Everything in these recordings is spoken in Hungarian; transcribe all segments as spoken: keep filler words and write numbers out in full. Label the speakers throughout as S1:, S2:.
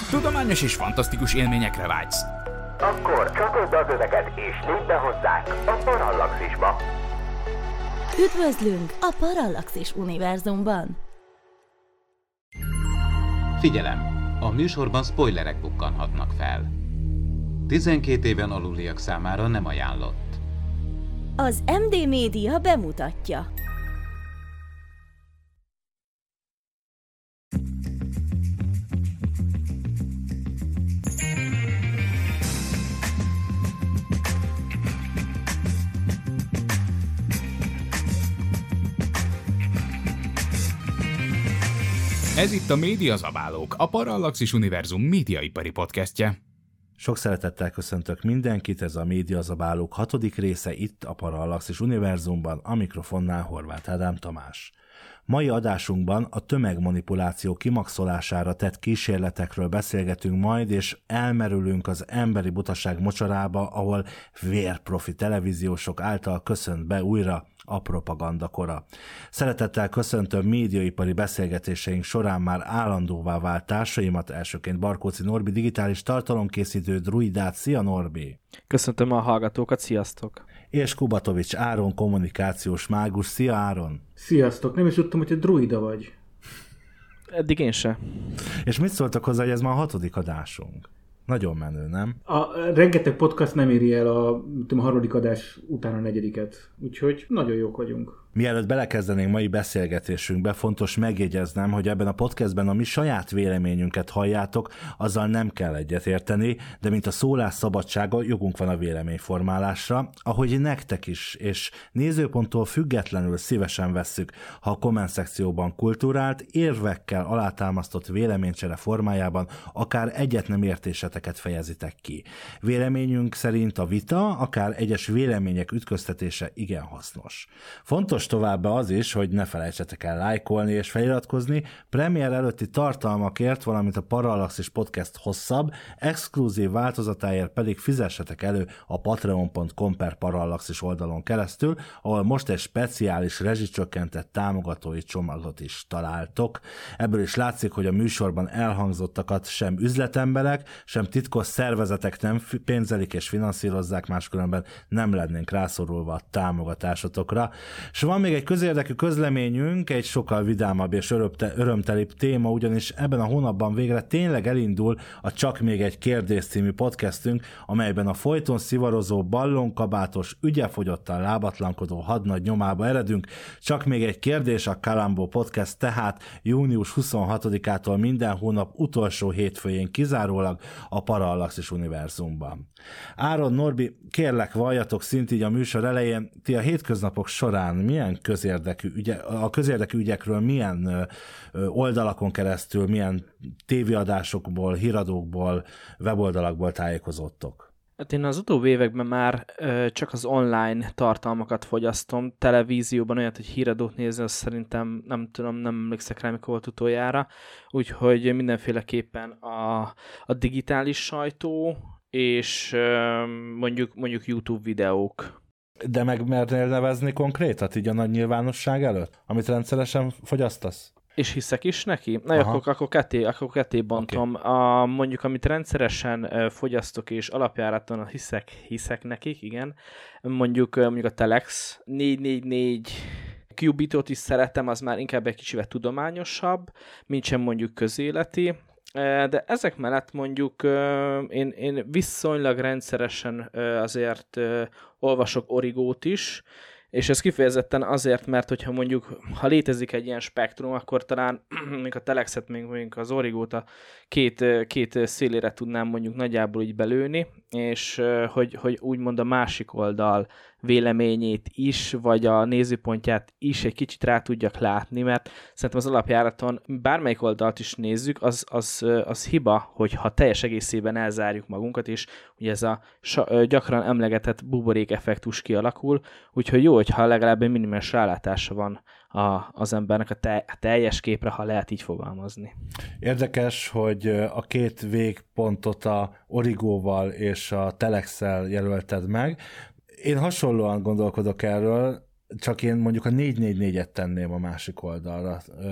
S1: Tudományos és fantasztikus élményekre vágysz?
S2: Akkor csatold az öveket és lépj be hozzánk a Parallaxisba!
S3: Üdvözlünk a Parallaxis univerzumban!
S4: Figyelem! A műsorban spoilerek bukkanhatnak fel. tizenkét éven aluliak számára nem ajánlott.
S3: Az em dé Média bemutatja.
S1: Ez itt a Médiazabálók, a Parallaxis univerzum médiaipari podcastje.
S5: Sok szeretettel köszöntök mindenkit, ez a Médiazabálók hatodik része itt a Parallaxis univerzumban, a mikrofonnál Horváth Ádám Tamás. Mai adásunkban a tömegmanipuláció kimaxolására tett kísérletekről beszélgetünk majd, és elmerülünk az emberi butaság mocsarába, ahol vérprofi televíziósok által köszönt be újra a propagandakora. Szeretettel köszöntöm médiaipari beszélgetéseink során már állandóvá vált társaimat, elsőként Barkóczy Norbi digitális tartalomkészítő druidát. Szia Norbi!
S6: Köszöntöm a hallgatókat, sziasztok!
S5: És Kubatovics Áron kommunikációs mágus. Szia Áron!
S7: Sziasztok! Nem is tudtam, hogy te druida vagy.
S6: Eddig én se.
S5: És mit szóltak hozzá, hogy ez már a hatodik adásunk? Nagyon menő, nem?
S7: A rengeteg podcast nem éri el a, tudom, a harmadik adás után a negyediket. Úgyhogy nagyon jók vagyunk.
S5: Mielőtt belekezdenénk mai beszélgetésünkbe, fontos megjegyeznem, hogy ebben a podcastben a mi saját véleményünket halljátok, azzal nem kell egyetérteni, de mint a szólás szabadsága, jogunk van a véleményformálásra, ahogy nektek is, és nézőponttól függetlenül szívesen vesszük, ha a komment szekcióban kulturált, érvekkel alátámasztott véleménycsere formájában akár egyet nem értéseteket fejezitek ki. Véleményünk szerint a vita, akár egyes vélemények ütköztetése igen hasznos. Fontos továbbá az is, hogy ne felejtsetek el lájkolni és feliratkozni, premier előtti tartalmakért, valamint a Parallaxis podcast hosszabb, exkluzív változatáért pedig fizessetek elő a patreon pont com per Parallaxis oldalon keresztül, ahol most egy speciális rezsicsökkentett támogatói csomagot is találtok. Ebből is látszik, hogy a műsorban elhangzottakat sem üzletemberek, sem titkos szervezetek nem pénzelik és finanszírozzák, máskülönben nem lennénk rászorulva a támogatásotokra. És van még egy közérdekű közleményünk, egy sokkal vidámabb és örömtelibb téma, ugyanis ebben a hónapban végre tényleg elindul a Csak még egy kérdés című podcastünk, amelyben a folyton szivarozó, ballonkabátos, ügyefogyottan lábatlankodó hadnagy nyomába eredünk. Csak még egy kérdés, a Kalambó Podcast tehát június huszonhatodikától minden hónap utolsó hétfőjén kizárólag a Parallaxis univerzumban. Áron, Norbi, kérlek valljatok szint így a műsor elején, ti a hétköznapok során milyen közérdekű ügye, a közérdekű ügyekről milyen oldalakon keresztül, milyen tévéadásokból, híradókból, weboldalakból tájékozottok?
S6: Hát én az utóbbi években már ö, csak az online tartalmakat fogyasztom, televízióban olyat, hogy híradót nézni, azt szerintem nem tudom, nem emlékszek rá, mikor volt utoljára, úgyhogy mindenféleképpen a, a digitális sajtó, és ö, mondjuk, mondjuk YouTube videók.
S5: De meg mernél nevezni konkrétat így a nagy nyilvánosság előtt, amit rendszeresen fogyasztasz?
S6: És hiszek is neki? Na, akkor, akkor, ketté, akkor ketté bontom. Okay. A, mondjuk, amit rendszeresen uh, fogyasztok, és alapjáraton hiszek, hiszek nekik, igen. Mondjuk, uh, mondjuk a Telex négy négy négy Q-bitot is szeretem, az már inkább egy kicsivel tudományosabb, mint sem mondjuk közéleti. De ezek mellett mondjuk én, én viszonylag rendszeresen azért olvasok Origót is, és ez kifejezetten azért, mert hogyha mondjuk, ha létezik egy ilyen spektrum, akkor talán még a Telexet, még mondjuk az Origót a két, két szélére tudnám mondjuk nagyjából így belőni, és hogy, hogy úgymond a másik oldal véleményét is, vagy a nézőpontját is egy kicsit rá tudjak látni, mert szerintem az alapjáraton bármelyik oldalt is nézzük, az, az, az hiba, hogyha teljes egészében elzárjuk magunkat, és ugye ez a gyakran emlegetett buborék effektus kialakul, úgyhogy jó, hogyha legalább egy minimális rálátása van a, az embernek a, te, a teljes képre, ha lehet így fogalmazni.
S5: Érdekes, hogy a két végpontot a Origóval és a Telexsel jelölted meg. Én hasonlóan gondolkodok erről, csak én mondjuk a négy négy négyet tenném a másik oldalra.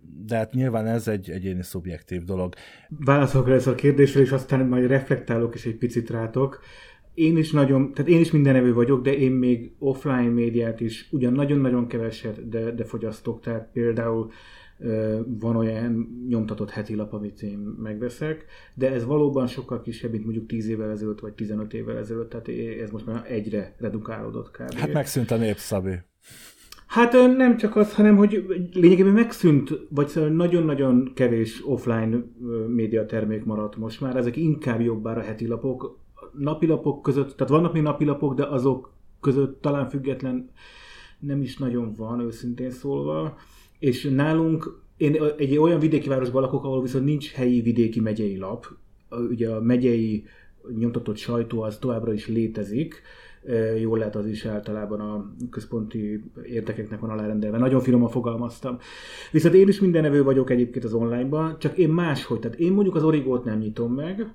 S5: de hát nyilván ez egy egyéni szubjektív dolog.
S7: Válaszolok rá ezt a kérdésre, és aztán majd reflektálok is egy picit rátok. Én is nagyon, tehát én is mindenevő vagyok, de én még offline médiát is ugyan nagyon-nagyon keveset, de, de fogyasztok, tehát például van olyan nyomtatott heti lap, amit én megveszek, de ez valóban sokkal kisebb, mint mondjuk tíz évvel ezelőtt, vagy tizenöt évvel ezelőtt, tehát ez most már egyre redukálódott kb.
S5: Hát megszűnt a nép, Szabi.
S7: Hát nem csak az, hanem hogy lényegében megszűnt, vagy nagyon-nagyon kevés offline médiatermék maradt most már, ezek inkább jobbára heti lapok, napilapok között, tehát vannak még napilapok, de azok között talán független nem is nagyon van, őszintén szólva. És nálunk, én egy olyan vidéki városban lakok, ahol viszont nincs helyi vidéki megyei lap. Ugye a megyei nyomtatott sajtó az továbbra is létezik. Jól lehet, az is általában a központi érdekeknek van alárendelve. Nagyon finoman fogalmaztam. Viszont én is mindenevő vagyok egyébként az online-ban, csak én máshogy. Tehát én mondjuk az Origót nem nyitom meg,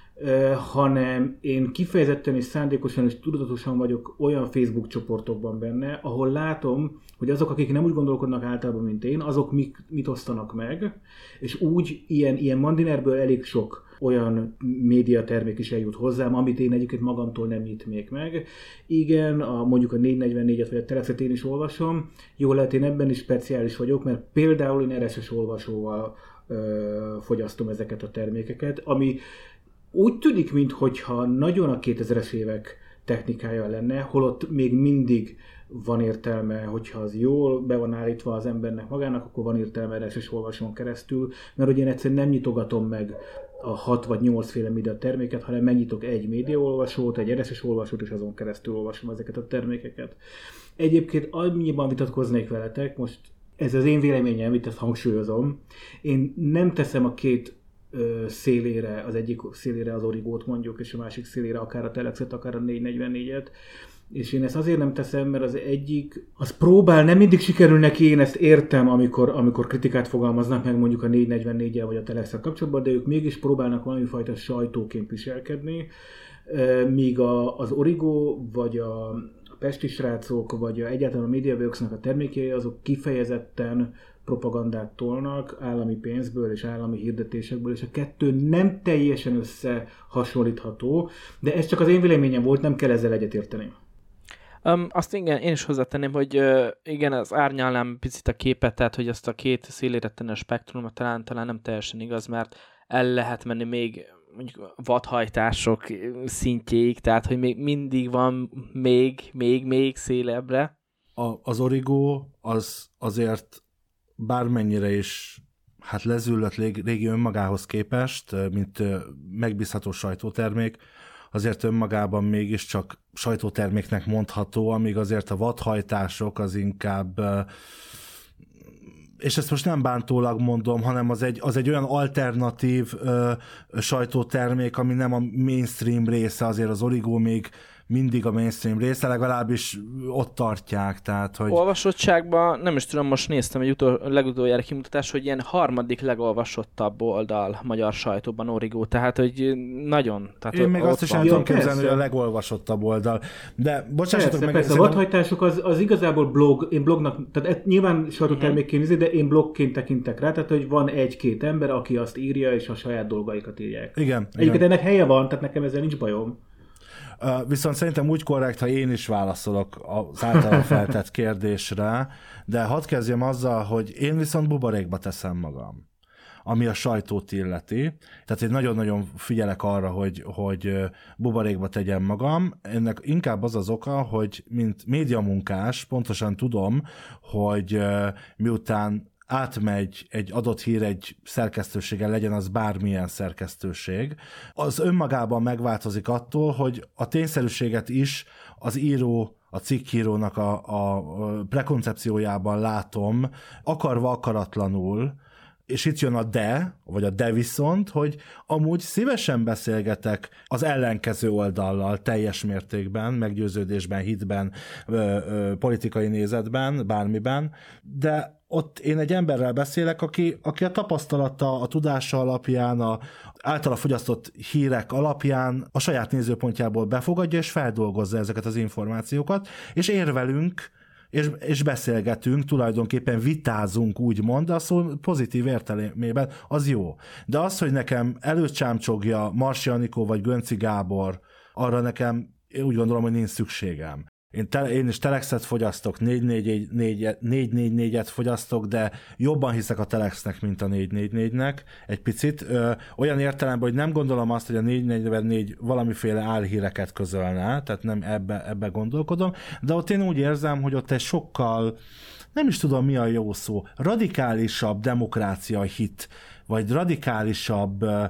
S7: hanem én kifejezetten és szándékosan és tudatosan vagyok olyan Facebook csoportokban benne, ahol látom, hogy azok, akik nem úgy gondolkodnak általában, mint én, azok mit, mit osztanak meg, és úgy ilyen, ilyen Mandinerből elég sok olyan médiatermék is eljut hozzám, amit én egyébként magamtól nem nyitnék meg. Igen, a, mondjuk a négyszáznegyvennégyet vagy a Telexet én is olvasom, jól lehet, én ebben is speciális vagyok, mert például én er es es olvasóval ö, fogyasztom ezeket a termékeket, ami úgy tűnik, minthogyha nagyon a kétezres évek technikája lenne, holott még mindig van értelme, hogyha az jól be van állítva az embernek magának, akkor van értelme er es es olvasón keresztül, mert hogy én egyszerűen nem nyitogatom meg a hat vagy nyolc féle média terméket, hanem megnyitok egy médiaolvasót, egy er es es olvasót, és azon keresztül olvasom ezeket a termékeket. Egyébként annyiban vitatkoznék veletek, most ez az én véleményem, itt ezt hangsúlyozom, én nem teszem a két szélére, az egyik szélére az Origót mondjuk, és a másik szélére akár a Telexet, akár a négyszáznegyvennégyet. És én ezt azért nem teszem, mert az egyik, az próbál, nem mindig sikerül neki, én ezt értem, amikor, amikor kritikát fogalmaznak meg mondjuk a négyszáznegyvennégyel vagy a Telexel kapcsolatban, de ők mégis próbálnak valamifajta sajtóként viselkedni, míg a, az Origo, vagy a, a Pesti srácok, vagy a, egyáltalán a MediaWorks-nak a termékei, azok kifejezetten propagandát tolnak állami pénzből és állami hirdetésekből, és a kettő nem teljesen összehasonlítható, de ez csak az én véleményem volt, nem kell ezzel egyetérteni.
S6: Um, azt igen, én is hozzátenném, hogy uh, igen, az árnyalnám picit a képet, tehát hogy azt a két szélére tenni a spektrumot talán, talán nem teljesen igaz, mert el lehet menni még mondjuk vadhajtások szintjéig, tehát hogy még mindig van még, még, még szélebbre.
S5: A, az Origo az azért bármennyire is hát lezüllött régi önmagához képest, mint megbízható sajtótermék, azért önmagában mégiscsak sajtóterméknek mondható, amíg azért a vadhajtások az inkább, és ezt most nem bántólag mondom, hanem az egy, az egy olyan alternatív ö, sajtótermék, ami nem a mainstream része, azért az Origo még mindig a mainstream része, legalábbis ott tartják, tehát, hogy...
S6: Olvasottságban, nem is tudom, most néztem egy utol, legutoljára kimutatás, hogy ilyen harmadik legolvasottabb oldal magyar sajtóban Origo, tehát, hogy nagyon... Tehát
S5: én még azt is nem tudom képzelni, hogy a legolvasottabb oldal. De bocsássatok meg...
S7: Persze, a vadhajtások az, az igazából blog, én blognak, tehát nyilván sajtótermékként nézi, de én blogként tekintek rá, tehát, hogy van egy-két ember, aki azt írja, és a saját dolgaikat írják.
S5: Igen.
S7: Egyébként ennek helye van, tehát nekem ezzel nincs bajom.
S5: Uh, viszont szerintem úgy korrekt, ha én is válaszolok az általam feltett kérdésre, de hadd kezdjem azzal, hogy én viszont buborékba teszem magam, ami a sajtót illeti. Tehát én nagyon-nagyon figyelek arra, hogy, hogy buborékba tegyem magam. Ennek inkább az az oka, hogy mint médiamunkás pontosan tudom, hogy miután átmegy egy adott hír egy szerkesztőségen, legyen az bármilyen szerkesztőség, az önmagában megváltozik attól, hogy a tényszerűséget is az író, a cikkírónak a, a prekoncepciójában látom, akarva akaratlanul, és itt jön a de, vagy a de viszont, hogy amúgy szívesen beszélgetek az ellenkező oldallal teljes mértékben, meggyőződésben, hitben, ö, ö, politikai nézetben, bármiben, de ott én egy emberrel beszélek, aki, aki a tapasztalata, a tudása alapján, a általa fogyasztott hírek alapján a saját nézőpontjából befogadja és feldolgozza ezeket az információkat, és érvelünk, és, és beszélgetünk, tulajdonképpen vitázunk, úgymond, de a szó pozitív értelmében az jó. De az, hogy nekem előcsámcsogja Marsi Anikó vagy Gönci Gábor, arra nekem én úgy gondolom, hogy nincs szükségem. Én, te, én is Telexet fogyasztok, négy négy négyet fogyasztok, de jobban hiszek a Telexnek, mint a négy négy négynek egy picit. Ö, olyan értelemben, hogy nem gondolom azt, hogy a négy négy négy valamiféle álhíreket közölne, tehát nem ebbe, ebbe gondolkodom, de ott én úgy érzem, hogy ott egy sokkal, nem is tudom mi a jó szó, radikálisabb demokrácia hit, vagy radikálisabb uh,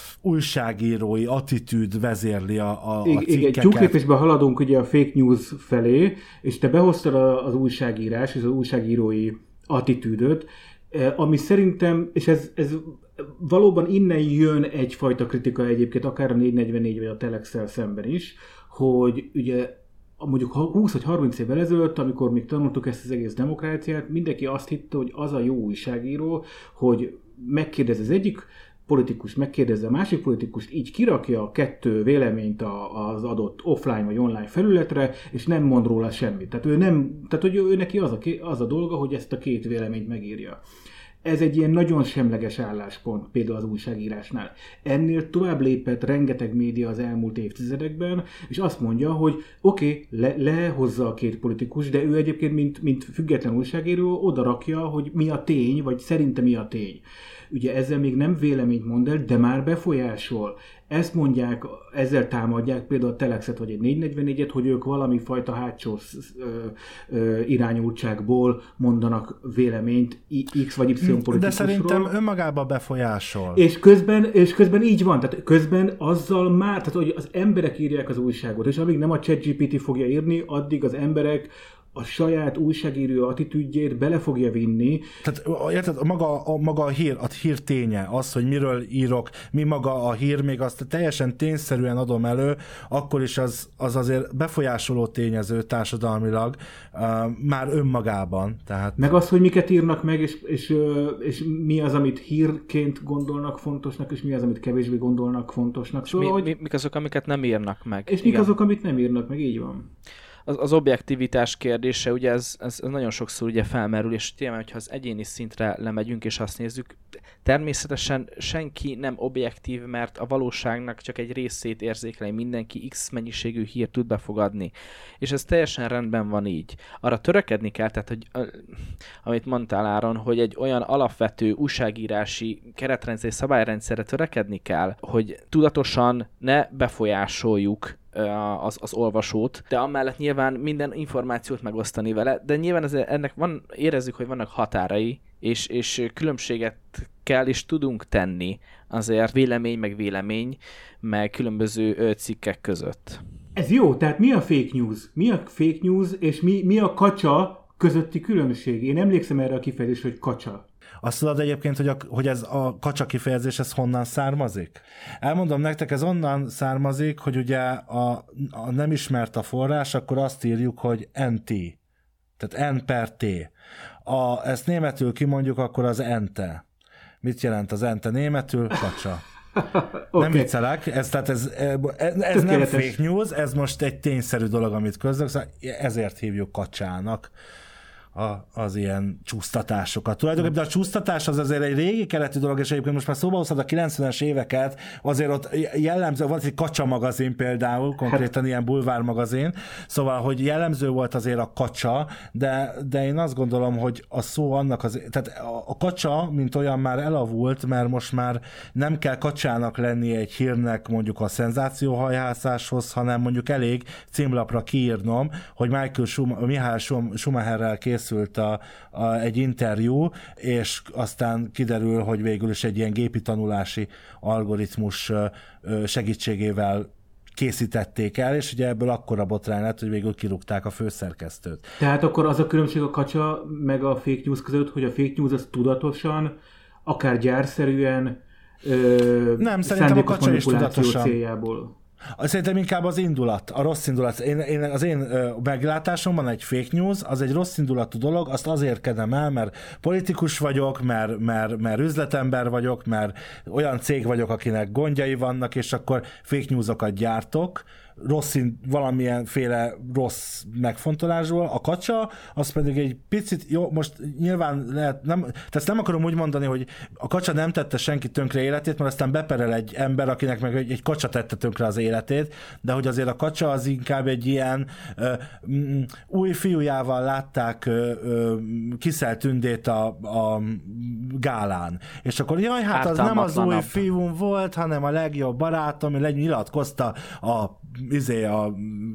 S5: újságírói attitűd vezérli a, a, a cikkeket.
S7: Igen, tyúklépésben haladunk ugye a fake news felé, és te behoztad az újságírás és az újságírói attitűdöt, ami szerintem, és ez, ez valóban innen jön egyfajta kritika egyébként, akár a négy negyvennégy vagy a Telexsel szemben is, hogy ugye mondjuk húsz vagy harminc évvel ezelőtt, amikor még tanultuk ezt az egész demokráciát, mindenki azt hitte, hogy az a jó újságíró, hogy megkérdez az egyik politikus, megkérdezze a másik politikust, így kirakja a kettő véleményt az adott offline vagy online felületre, és nem mond róla semmit. Tehát ő nem, tehát hogy ő neki az a, az a dolga, hogy ezt a két véleményt megírja. Ez egy ilyen nagyon semleges álláspont, például az újságírásnál. Ennél tovább lépett rengeteg média az elmúlt évtizedekben, és azt mondja, hogy oké, okay, le, lehozza a két politikus, de ő egyébként, mint, mint független újságíró, oda rakja, hogy mi a tény, vagy szerinte mi a tény. Ugye ezzel még nem véleményt mond el, de már befolyásol. Ezt mondják, ezzel támadják például a Telexet vagy egy négy negyvennégyet, hogy ők valami fajta hátsó ö, ö, irányultságból mondanak véleményt X vagy Y politikusról.
S5: De szerintem önmagában befolyásol.
S7: És közben, és közben így van, tehát közben azzal már, tehát hogy az emberek írják az újságot, és amíg nem a ChatGPT fogja írni, addig az emberek a saját újságíró attitűdjét bele fogja vinni.
S5: Tehát érted, maga a, maga a hír, a hír ténye, az, hogy miről írok, mi maga a hír, még azt teljesen tényszerűen adom elő, akkor is az, az azért befolyásoló tényező társadalmilag, uh, már önmagában. Tehát...
S7: Meg az, hogy miket írnak meg, és, és, és mi az, amit hírként gondolnak fontosnak, és mi az, amit kevésbé gondolnak fontosnak.
S6: Szóval, mi, hogy... mi, mik azok, amiket nem írnak meg.
S7: És mik azok, amit nem írnak meg, így van.
S6: Az, az objektivitás kérdése, ugye ez, ez nagyon sokszor ugye felmerül, és tényleg, hogyha az egyéni szintre lemegyünk, és azt nézzük, természetesen senki nem objektív, mert a valóságnak csak egy részét érzékelni, mindenki X mennyiségű hírt tud befogadni. És ez teljesen rendben van így. Arra törekedni kell, tehát, hogy amit mondtál, Áron, hogy egy olyan alapvető újságírási keretrendszer, szabályrendszerre törekedni kell, hogy tudatosan ne befolyásoljuk Az, az olvasót, de amellett nyilván minden információt megosztani vele, de nyilván ez, ennek van, érezzük, hogy vannak határai, és, és különbséget kell és tudunk tenni azért vélemény, meg vélemény, meg különböző cikkek között.
S7: Ez jó, tehát mi a fake news? Mi a fake news, és mi, mi a kacsa közötti különbség? Én emlékszem erre a kifejezésre, hogy kacsa.
S5: Azt tudod egyébként, hogy, a, hogy ez a kacsa kifejezés, ez honnan származik? Elmondom nektek, ez onnan származik, hogy ugye a, a nem ismert a forrás, akkor azt írjuk, hogy en té, tehát N per T. A, ezt németül kimondjuk, akkor az ente. Mit jelent az ente németül? Kacsa. Okay. Nem viccelek, ez, tehát ez, ez, ez nem fake news, ez most egy tényszerű dolog, amit közlök, szóval ezért hívjuk kacsának A, az ilyen csúsztatásokat. Tulajdonképpen a csúsztatás az azért egy régi keletű dolog, és egyébként most már szóba hoztad a kilencvenes éveket, azért ott jellemző, volt egy kacsa magazin például, konkrétan hát. Ilyen bulvár magazin, szóval, hogy jellemző volt azért a kacsa, de, de én azt gondolom, hogy a szó annak az, tehát a kacsa, mint olyan már elavult, mert most már nem kell kacsának lenni egy hírnek mondjuk a szenzációhajhászáshoz, hanem mondjuk elég címlapra kiírnom, hogy Michael Schum- Mihály Schumacherrel készült A, a, egy interjú, és aztán kiderül, hogy végül is egy ilyen gépi tanulási algoritmus segítségével készítették el, és ugye ebből akkora botrány lett, hogy végül kirúgták a főszerkesztőt.
S7: Tehát akkor az a különbség a kacsa meg a fake news között, hogy a fake news az tudatosan, akár gyárszerűen ö,
S5: nem, szerintem a kacsa is tudatosan.
S7: Céljából.
S5: Szerintem inkább az indulat, a rossz indulat. Én, én, az én ö, meglátásomban egy fake news, az egy rossz indulatú dolog, azt azért kedem el, mert politikus vagyok, mert, mert, mert üzletember vagyok, mert olyan cég vagyok, akinek gondjai vannak, és akkor fake newsokat gyártok, rossz, valamilyenféle rossz megfontolásból, a kacsa, az pedig egy picit, jó, most nyilván lehet, nem, tehát ezt nem akarom úgy mondani, hogy a kacsa nem tette senki tönkre életét, mert aztán beperel egy ember, akinek meg egy, egy kacsa tette tönkre az életét, de hogy azért a kacsa az inkább egy ilyen ö, m, új fiújával látták ö, ö, Kiszel Tündét a, a gálán. És akkor jaj, hát az nem az új fiúm volt, hanem a legjobb barátom, ami nyilatkozta a, izé, a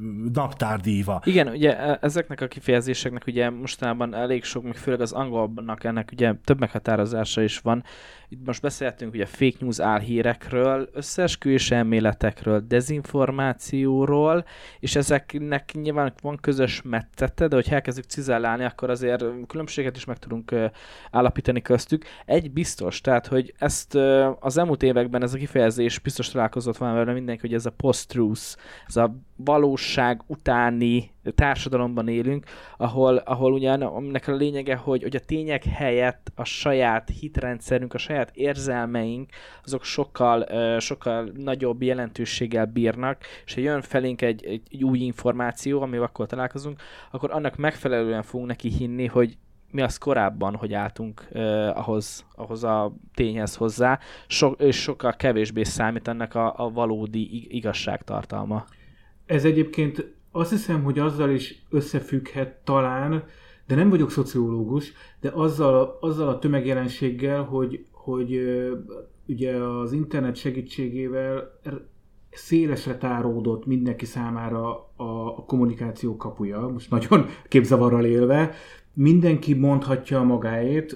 S5: naptárdíva.
S6: Igen, ugye ezeknek a kifejezéseknek ugye mostanában elég sok, még főleg az angolnak ennek ugye több meghatározása is van. Itt most beszéltünk ugye fake news álhírekről, összeesküvés elméletekről, dezinformációról, és ezeknek nyilván van közös mettete, de hogyha elkezdjük cizellálni, akkor azért különbséget is meg tudunk állapítani köztük. Egy biztos, tehát, hogy ezt az elmúlt években ez a kifejezés biztos találkozott valamivel mindenki, hogy ez a post-truth, ez a valóság utáni társadalomban élünk, ahol, ahol ugyan aminek a lényege, hogy, hogy a tények helyett a saját hitrendszerünk, a saját érzelmeink, azok sokkal, sokkal nagyobb jelentőséggel bírnak, és ha jön felénk egy, egy, egy új információ, amivel akkor találkozunk, akkor annak megfelelően fogunk neki hinni, hogy mi az korábban, hogy álltunk eh, ahhoz, ahhoz a tényhez hozzá, so, és sokkal kevésbé számít ennek a, a valódi igazságtartalma.
S7: Ez egyébként azt hiszem, hogy azzal is összefügghet talán, de nem vagyok szociológus, de azzal, azzal a tömegjelenséggel, hogy, hogy ugye az internet segítségével szélesre táródott mindenki számára a, a kommunikáció kapuja, most nagyon képzavarral élve, mindenki mondhatja magáét,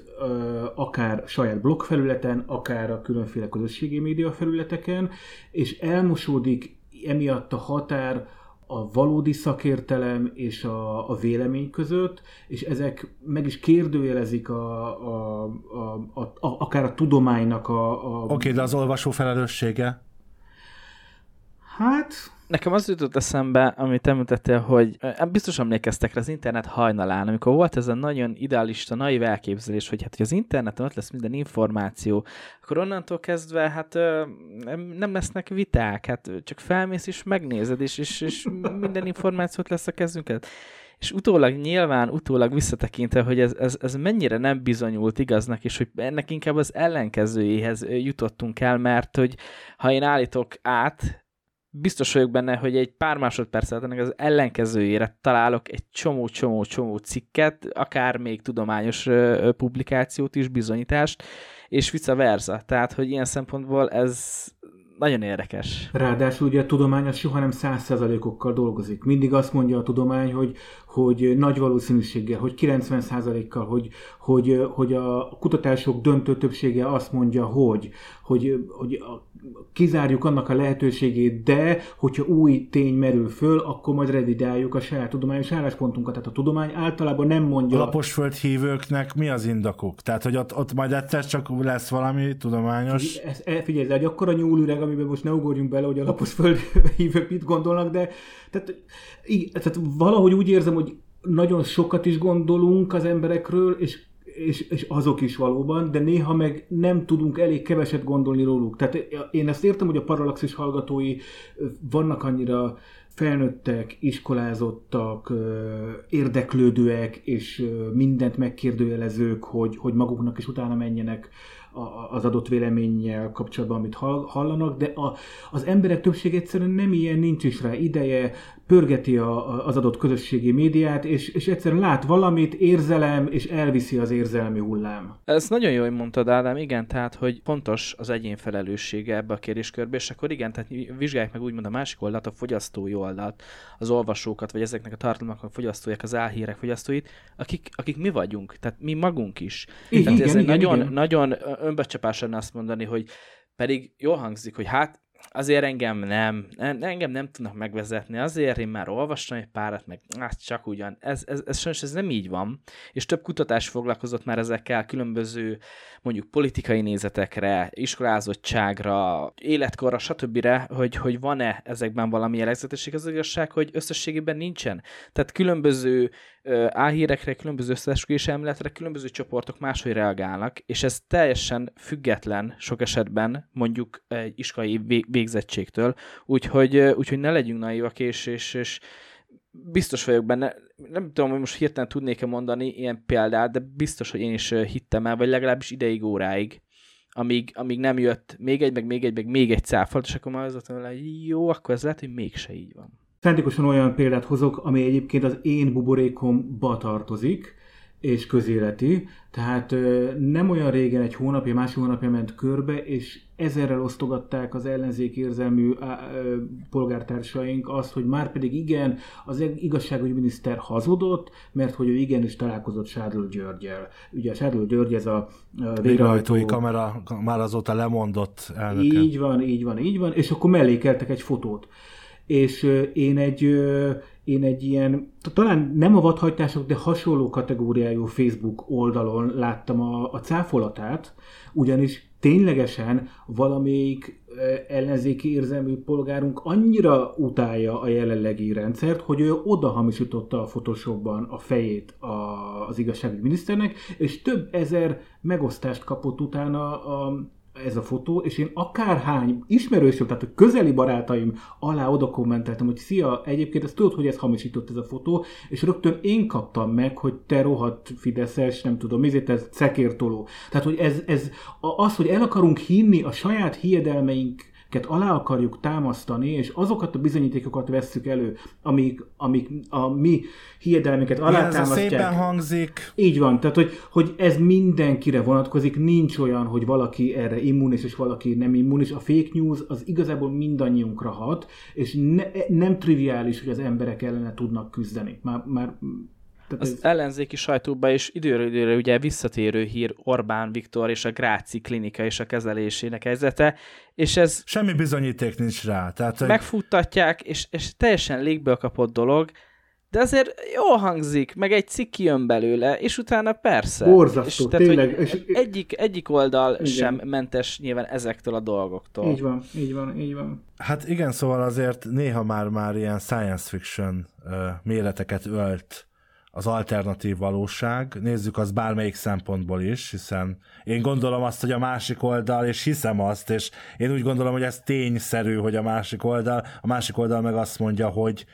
S7: akár saját blogfelületen, akár a különféle közösségi média felületeken, és elmosódik emiatt a határ a valódi szakértelem és a, a vélemény között, és ezek meg is kérdőjelezik a, a, a, a, a, akár a tudománynak a... a...
S5: Oké, okay, de az olvasó felelőssége?
S7: Hát...
S6: Nekem az jutott eszembe, amit említettél, hogy biztos emlékeztek rá az internet hajnalán, amikor volt ez a nagyon idealista, naiv elképzelés, hogy hát, hogy az interneten ott lesz minden információ, akkor onnantól kezdve hát nem lesznek viták, hát csak felmész és megnézed, és, és, és minden információt lesz a kezünket. És utólag nyilván, utólag visszatekintve, hogy ez, ez, ez mennyire nem bizonyult igaznak, és hogy ennek inkább az ellenkezőjéhez jutottunk el, mert hogy ha én állítok át, biztos vagyok benne, hogy egy pár másodperc alatt ennek az ellenkezőjére találok egy csomó-csomó-csomó cikket, akár még tudományos ö, publikációt is, bizonyítást, és vice versa. Tehát, hogy ilyen szempontból ez nagyon érdekes.
S7: Ráadásul ugye a tudomány az soha nem száz százalékokkal dolgozik. Mindig azt mondja a tudomány, hogy, hogy nagy valószínűséggel, hogy kilencven százalékkal, hogy, hogy, hogy a kutatások döntő többsége azt mondja, hogy, hogy, hogy a, kizárjuk annak a lehetőségét, de hogyha új tény merül föl, akkor majd revidáljuk a saját tudományos álláspontunkat. Tehát a tudomány általában nem mondja...
S5: A laposföld hívőknek mi az indokuk? Tehát, hogy ott, ott majd egyszer csak lesz valami tudományos...
S7: Figyelj, de egy akkora nyúlüreg, amiben most ne ugorjunk bele, hogy a laposföld hívők mit gondolnak, de tehát, tehát valahogy úgy érzem, hogy nagyon sokat is gondolunk az emberekről, és És, és azok is valóban, de néha meg nem tudunk elég keveset gondolni róluk. Tehát én ezt értem, hogy a Parallaxis hallgatói vannak annyira felnőttek, iskolázottak, érdeklődőek, és mindent megkérdőjelezők, hogy, hogy maguknak is utána menjenek az adott véleménnyel kapcsolatban, amit hallanak, de a, az emberek többsége egyszerűen nem ilyen, nincs is rá ideje, pörgeti a, az adott közösségi médiát, és, és egyszerűen lát valamit, érzelem, és elviszi az érzelmi hullám.
S6: Ez nagyon jó, hogy mondtad, Ádám, igen, tehát, hogy fontos az egyén felelőssége ebbe a kérdéskörbe, és akkor igen, tehát vizsgálják meg úgymond a másik oldalt, a fogyasztói oldalt, az olvasókat, vagy ezeknek a tartalmaknak a fogyasztóik, az álhírek fogyasztóit, akik, akik mi vagyunk, tehát mi magunk is.
S7: Igen,
S6: tehát ez
S7: igen,
S6: egy
S7: igen,
S6: nagyon,
S7: igen.
S6: nagyon önbecsapás lenne azt mondani, hogy pedig jól hangzik, hogy hát azért engem nem, engem nem tudnak megvezetni, azért én már olvastam egy párat, meg hát csak ugyan. Ez, ez, ez sajnos ez nem így van, és több kutatás foglalkozott már ezekkel, különböző mondjuk politikai nézetekre, iskolázottságra, életkorra, stb., hogy, hogy van-e ezekben valami jellegzetesség. Az igazság, hogy összességében nincsen. Tehát különböző álhírekre, különböző összeesküvés elméletre különböző csoportok máshogy reagálnak, és ez teljesen független sok esetben mondjuk egy iskolai végzettségtől, úgyhogy, úgyhogy ne legyünk naívak, és, és, és biztos vagyok benne, nem tudom, hogy most hirtelen tudnék-e mondani ilyen példát, de biztos, hogy én is hittem el, vagy legalábbis ideig, óráig, amíg, amíg nem jött még egy, meg még egy, meg még egy cáfolt, és akkor már az mondtam, hogy jó, akkor ez lehet, hogy mégse így van.
S7: Szándékosan olyan példát hozok, ami egyébként az én buborékomba tartozik, és közéleti, tehát nem olyan régen, egy hónapja, másik hónapja ment körbe, és ezerrel osztogatták az ellenzék érzelmű polgártársaink azt, hogy már pedig igen, az igazságügyi miniszter hazudott, mert hogy ő igenis találkozott Sádló Györggyel. Ugye a Sádló György ez a
S5: végrehajtói kamera már azóta lemondott elnöke.
S7: Így van, így van, így van, és akkor mellékeltek egy fotót. És én egy, én egy ilyen, talán nem a vadhajtások, de hasonló kategóriájú Facebook oldalon láttam a, a cáfolatát, ugyanis ténylegesen valamelyik ellenzéki érzelmű polgárunk annyira utálja a jelenlegi rendszert, hogy ő odahamisította a Photoshopban a fejét a, az igazságügyi miniszternek, és több ezer megosztást kapott utána a ez a fotó, és én akárhány ismerősöm, tehát a közeli barátaim alá oda kommenteltem, hogy szia, egyébként ezt tudod, hogy ez hamisított ez a fotó, és rögtön én kaptam meg, hogy te rohadt fideszes, nem tudom, ezért ez szekértoló. Tehát, hogy ez, ez az, hogy el akarunk hinni a saját hiedelmeink alá akarjuk támasztani, és azokat a bizonyítékokat vesszük elő, amik, amik a mi hiedelmeket alátámasztják.
S5: Ez szépen hangzik.
S7: Így van, tehát hogy, hogy ez mindenkire vonatkozik, nincs olyan, hogy valaki erre immunis, és valaki nem immunis. A fake news az igazából mindannyiunkra hat, és ne, nem triviális, hogy az emberek ellene tudnak küzdeni. Már, már
S6: az ez... ellenzéki sajtóban is időről időre ugye visszatérő hír Orbán Viktor és a Gráci klinika és a kezelésének helyzete, és ez...
S5: Semmi bizonyíték nincs rá. Tehát, hogy...
S6: Megfuttatják, és, és teljesen légből kapott dolog, de azért jól hangzik, meg egy cikk jön belőle, és utána persze.
S7: Borzasztó,
S6: és,
S7: tényleg.
S6: Tehát, és... Egyik, egyik oldal igen. sem mentes nyilván ezektől a dolgoktól.
S7: Így van, így van, így van.
S5: Hát igen, szóval azért néha már, már ilyen science fiction uh, méreteket ölt az alternatív valóság. Nézzük azt bármelyik szempontból is, hiszen én gondolom azt, hogy a másik oldal, és hiszem azt, és én úgy gondolom, hogy ez tényszerű, hogy a másik oldal, a másik oldal meg azt mondja, hogy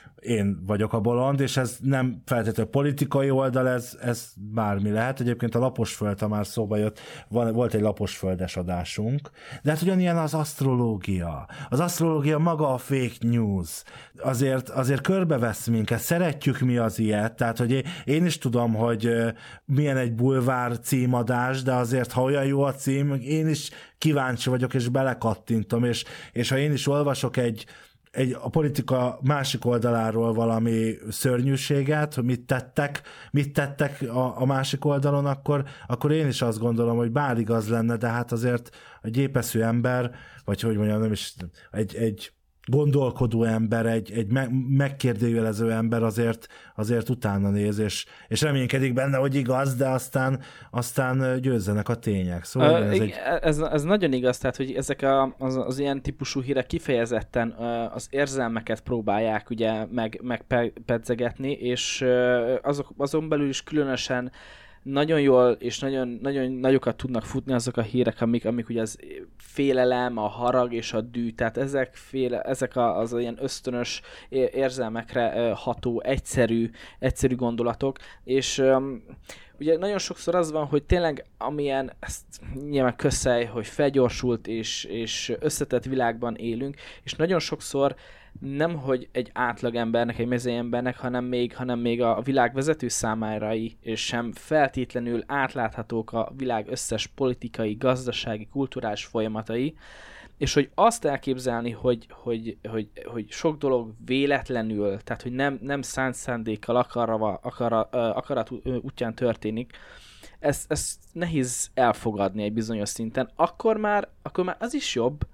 S5: én vagyok a bolond, és ez nem feltétlenül politikai oldal, ez, ez bármi lehet. Egyébként a Laposföld, ha már szóba jött, volt egy Laposföldes adásunk, de hát ugyanilyen az asztrológia. Az asztrológia maga a fake news. Azért, azért körbevesz minket, szeretjük mi az ilyet, tehát hogy én is tudom, hogy milyen egy bulvár címadás, de azért, ha olyan jó a cím, én is kíváncsi vagyok, és belekattintom, és, és ha én is olvasok egy Egy, a politika másik oldaláról valami szörnyűséget, hogy mit tettek, mit tettek a, a másik oldalon, akkor, akkor én is azt gondolom, hogy bár igaz lenne, de hát azért a gyépeszű ember, vagy hogy mondjam, nem is, egy, egy gondolkodó ember, egy, egy me- megkérdőjelező ember azért, azért utána néz, és, és reménykedik benne, hogy igaz, de aztán, aztán győzzenek a tények. Szóval
S6: uh,
S5: ez, egy...
S6: ez, ez nagyon igaz, tehát hogy ezek a, az, az ilyen típusú hírek kifejezetten uh, az érzelmeket próbálják ugye meg, megpedzegetni, és uh, azok, azon belül is különösen nagyon jól és nagyon, nagyon nagyokat tudnak futni azok a hírek, amik, amik ugye az félelem, a harag és a dű, tehát ezek, féle, ezek a, az ilyen ösztönös érzelmekre ható, egyszerű, egyszerű gondolatok, és um, ugye nagyon sokszor az van, hogy tényleg amilyen, ezt nyilván közhely, hogy felgyorsult és, és összetett világban élünk, és nagyon sokszor nem, hogy egy átlagembernek, egy mezőembernek, hanem még, hanem még a világ vezető számárai sem feltétlenül átláthatók a világ összes politikai, gazdasági, kulturális folyamatai, és hogy azt elképzelni, hogy, hogy, hogy, hogy sok dolog véletlenül, tehát hogy nem, nem szánt szándékkal akarva, akara, akarat útján történik, ezt, ezt nehéz elfogadni egy bizonyos szinten. Akkor már, akkor már az is jobb,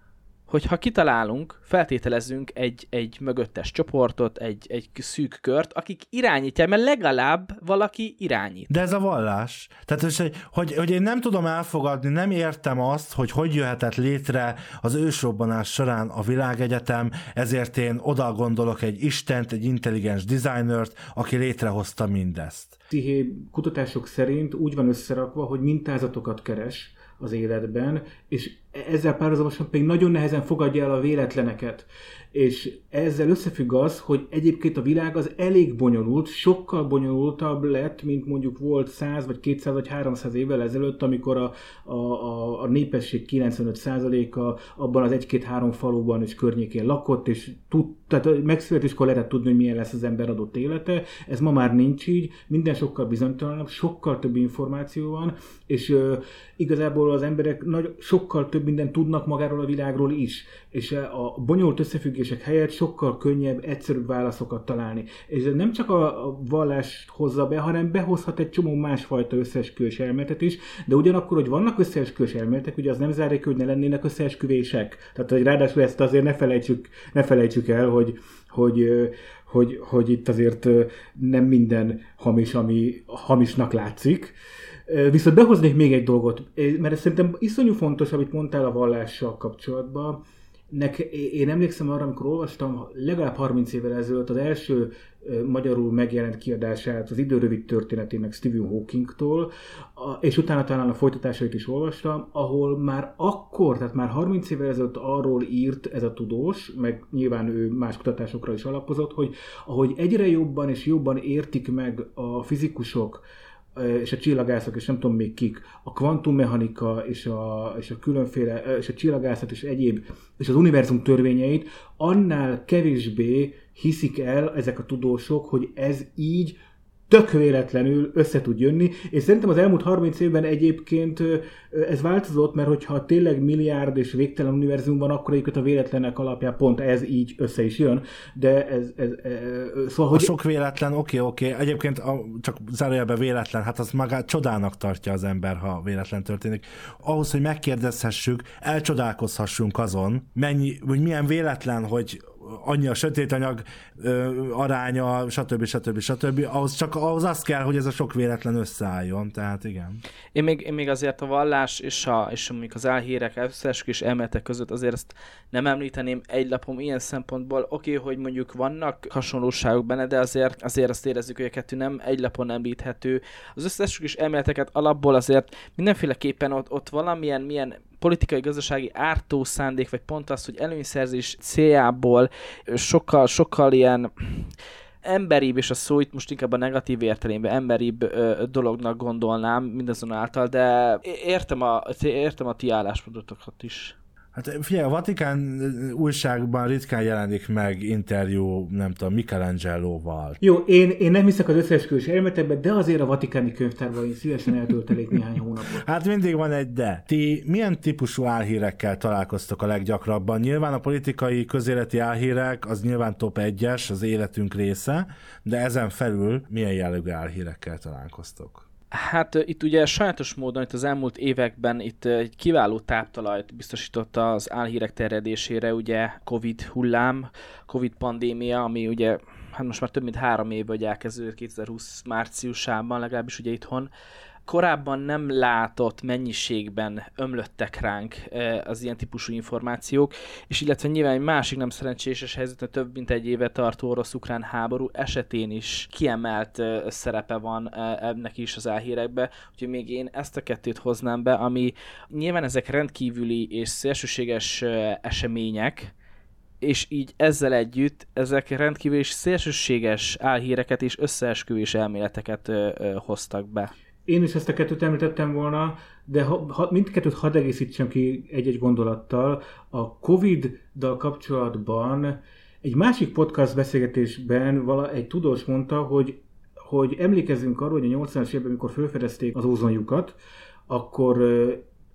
S6: hogyha kitalálunk, feltételezünk egy, egy mögöttes csoportot, egy, egy szűk kört, akik irányítják, mert legalább valaki irányít.
S5: De ez a vallás. Tehát, hogy, hogy, hogy én nem tudom elfogadni, nem értem azt, hogy hogy jöhetett létre az ősrobbanás során a világegyetem, ezért én oda gondolok egy istent, egy intelligens designert, aki létrehozta mindezt.
S7: Psziché kutatások szerint úgy van összerakva, hogy mintázatokat keres az életben, és ezzel párhuzamosan pedig nagyon nehezen fogadja el a véletleneket. És ezzel összefügg az, hogy egyébként a világ az elég bonyolult, sokkal bonyolultabb lett, mint mondjuk volt száz vagy kétszáz vagy háromszáz évvel ezelőtt, amikor a, a, a, a népesség kilencvenöt százaléka abban az egy-két-három faluban és környékén lakott, és tud, tehát megszületéskor lehetett tudni, hogy milyen lesz az ember adott élete. Ez ma már nincs így, minden sokkal bizonytalanabb, sokkal több információ van, és uh, igazából az emberek nagy, sokkal több mindent tudnak magáról a világról is, és a bonyolult összefüggések helyett sokkal könnyebb, egyszerűbb válaszokat találni. És ez nem csak a vallás hozza be, hanem behozhat egy csomó másfajta összeesküvés elméletet is, de ugyanakkor, hogy vannak összeesküvés elméletek, ugye az nem zárja, hogy ne lennének összeesküvések. Tehát, hogy ráadásul ezt azért ne felejtsük, ne felejtsük el, hogy, hogy, hogy, hogy itt azért nem minden hamis, ami hamisnak látszik. Viszont behoznék még egy dolgot, mert ez szerintem iszonyú fontos, amit mondtál a vallással kapcsolatban. Nek, én emlékszem arra, amikor olvastam legalább harminc évvel ezelőtt az első magyarul megjelent kiadását az Idő rövid történetének Stephen Hawkingtól, és utána talán a folytatásait is olvastam, ahol már akkor, tehát már harminc évvel ezelőtt arról írt ez a tudós, meg nyilván ő más kutatásokra is alapozott, hogy ahogy egyre jobban és jobban értik meg a fizikusok, és a csillagászok, és nem tudom még kik, a kvantummechanika, és a, és a különféle, és a csillagászat, és egyéb, és az univerzum törvényeit, annál kevésbé hiszik el ezek a tudósok, hogy ez így tök véletlenül össze tud jönni, és szerintem az elmúlt harminc évben egyébként ez változott, mert hogyha tényleg milliárd és végtelen univerzum van, akkor egyébként a véletlenek alapján pont ez így össze is jön, de ez... ez, ez szóval,
S5: a
S7: hogy...
S5: sok véletlen, oké, oké, egyébként a, csak zárójelben véletlen, hát azt magát csodának tartja az ember, ha véletlen történik. Ahhoz, hogy megkérdezhessük, elcsodálkozhassunk azon, mennyi, hogy milyen véletlen, hogy annyi a sötétanyag ö, aránya, stb. stb. stb. Ahhoz csak ahhoz az kell, hogy ez a sok véletlen összeálljon, tehát igen.
S6: Én még, én még azért a vallás és, a, és mondjuk az álhírek, összeesküvés elméletek között azért ezt nem említeném egy lapom ilyen szempontból. Oké, okay, hogy mondjuk vannak hasonlóságok benne, de azért, azért azt érezzük, hogy a kettő nem egy lapon említhető. Az összeesküvés elméleteket alapból azért mindenféleképpen ott, ott valamilyen milyen politikai, gazdasági ártó szándék, vagy pont az, hogy előnyszerzés céljából sokkal, sokkal ilyen emberibb, és a szó itt most inkább a negatív értelemben emberibb ö, dolognak gondolnám mindazonáltal, de értem a, értem a ti álláspontotokat is.
S5: Hát figyelj, a Vatikán újságban ritkán jelenik meg interjú, nem tudom, Michelangeloval.
S7: Jó, én, én nem hiszek az összeesküvés elméletekben, de azért a vatikáni könyvtárban én szívesen eltöltelék néhány hónapot.
S5: Hát mindig van egy de. Ti milyen típusú álhírekkel találkoztok a leggyakrabban? Nyilván a politikai közéleti álhírek, az nyilván top egyes, az életünk része, de ezen felül milyen jellegű álhírekkel találkoztok?
S6: Hát itt ugye sajátos módon itt az elmúlt években itt egy kiváló táptalajt biztosította az álhírek terjedésére, ugye Covid hullám, Covid pandémia, ami ugye hát most már több mint három év, hogy elkezdődött kétezer-húsz márciusában, legalábbis ugye itthon. Korábban nem látott mennyiségben ömlöttek ránk az ilyen típusú információk, és illetve nyilván egy másik nem szerencséses helyzet, a több mint egy éve tartó orosz-ukrán háború esetén is kiemelt szerepe van ennek is az álhírekbe, úgyhogy még én ezt a kettőt hoznám be, ami nyilván ezek rendkívüli és szélsőséges események, és így ezzel együtt ezek rendkívül és szélsőséges álhíreket és összeesküvés elméleteket ö, ö, hoztak be.
S7: Én is ezt a kettőt említettem volna, de ha, ha, mindkettőt hadd egészítsem ki egy-egy gondolattal. A Covid-dal kapcsolatban egy másik podcast beszélgetésben vala, egy tudós mondta, hogy, hogy emlékezzünk arról, hogy a nyolcvanas években, amikor felfedezték az ózonlyukat, akkor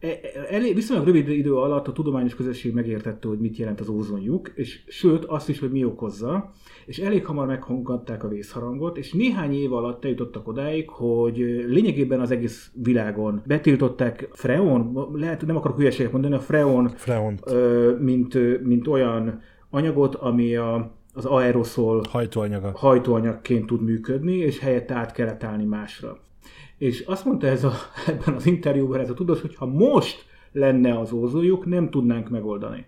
S7: elég, viszonylag rövid idő alatt a tudományos közösség megértette, hogy mit jelent az ózonlyuk, és sőt azt is, hogy mi okozza, és elég hamar meghallgatták a vészharangot, és néhány év alatt eljutottak odáig, hogy lényegében az egész világon betiltották freon, lehet, nem akarok hülyeséget mondani, a freon, mint, mint olyan anyagot, ami a az aeroszol
S5: hajtóanyaga.
S7: hajtóanyagként tud működni, és helyette át kellett állni másra. És azt mondta ez a, ebben az interjúban ez a tudós, hogy ha most lenne az ózonlyuk, nem tudnánk megoldani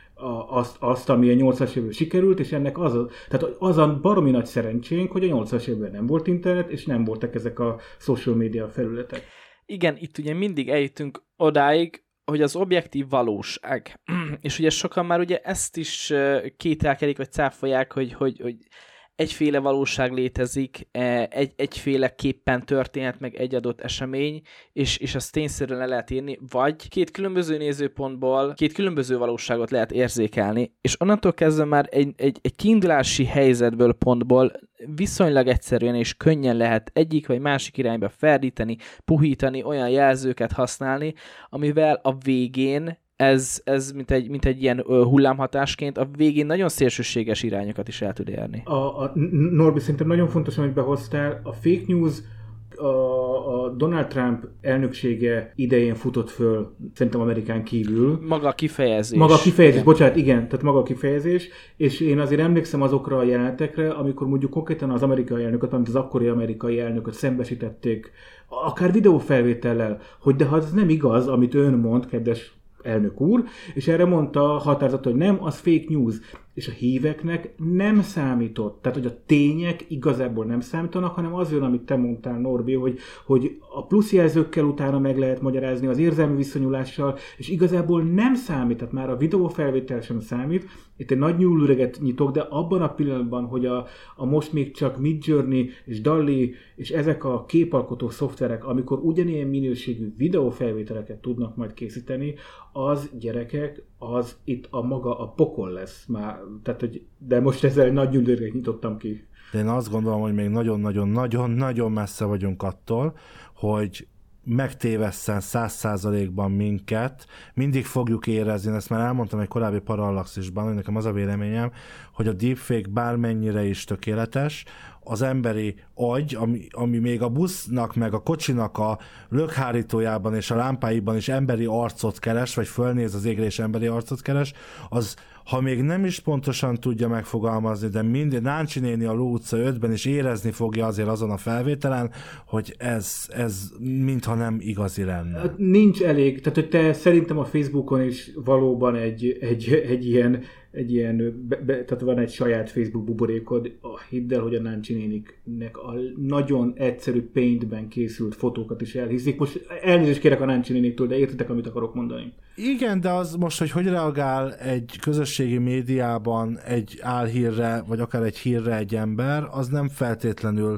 S7: a, azt, azt, ami a nyolcas évben sikerült, és ennek az a, tehát az a baromi nagy szerencsénk, hogy a nyolcas évben nem volt internet, és nem voltak ezek a social media felületek.
S6: Igen, itt ugye mindig eljutunk odáig, hogy az objektív valóság, és ugye sokan már ugye ezt is kételkedik, vagy cáfolják, hogy, hogy, hogy egyféle valóság létezik, egy, egyféleképpen történhet meg egy adott esemény, és, és azt tényszerűen le lehet írni, vagy két különböző nézőpontból két különböző valóságot lehet érzékelni, és onnantól kezdve már egy, egy, egy kiindulási helyzetből, pontból viszonylag egyszerűen és könnyen lehet egyik vagy másik irányba ferdíteni, puhítani, olyan jelzőket használni, amivel a végén Ez, ez mint, egy, mint egy ilyen hullámhatásként a végén nagyon szélsőséges irányokat is el tud érni.
S7: A, a Norbi, szerintem nagyon fontos, amit behoztál. A fake news a, a Donald Trump elnöksége idején futott föl, szerintem Amerikán kívül.
S6: Maga a kifejezés.
S7: Maga a kifejezés, igen. bocsánat, igen, tehát maga a kifejezés, és én azért emlékszem azokra a jelenetekre, amikor mondjuk konkrétan az amerikai elnököt, amit az akkori amerikai elnököt szembesítették, akár videófelvétellel, hogy de ha ez nem igaz, amit ön mond, kedves elnök úr, és erre mondta határozat, hogy nem, az fake news. És a híveknek nem számított. Tehát, hogy a tények igazából nem számítanak, hanem az jön, amit te mondtál, Norbi, hogy, hogy a pluszjelzőkkel utána meg lehet magyarázni, az érzelmi viszonyulással, és igazából nem számít, tehát már a videófelvétel sem számít. Itt egy nagy nyúlüreget nyitok, de abban a pillanatban, hogy a, a most még csak Midjourney és DALL-E és ezek a képalkotó szoftverek, amikor ugyanilyen minőségű videófelvételeket tudnak majd készíteni, az gyerekek, az itt a maga a pokol lesz már. Tehát, hogy, de most ezzel egy nagy nyúlüreget nyitottam ki.
S5: De én azt gondolom, hogy még nagyon-nagyon-nagyon-nagyon messze vagyunk attól, hogy megtévesszen száz százalékban minket, mindig fogjuk érezni, ezt már elmondtam egy korábbi Parallaxisban, hogy nekem az a véleményem, hogy a deepfake bármennyire is tökéletes, az emberi agy, ami, ami még a busznak, meg a kocsinak a lökhárítójában és a lámpáiban is emberi arcot keres, vagy fölnéz az égre és emberi arcot keres, az, ha még nem is pontosan tudja megfogalmazni, de minden Náncsi néni a Ló utca ötben is érezni fogja azért azon a felvételen, hogy ez, ez mintha nem igazi lenne.
S7: Nincs elég, tehát hogy te szerintem a Facebookon is valóban egy, egy, egy ilyen egy ilyen, be, be, tehát van egy saját Facebook buborékod, a hidd el, hogy a Náncsi néniknek a nagyon egyszerű paintben készült fotókat is elhiszik. Most elnézést kérek a Náncsi néniktől, de értitek, amit akarok mondani.
S5: Igen, de az most, hogy hogy reagál egy közösségi médiában egy álhírre, vagy akár egy hírre egy ember, az nem feltétlenül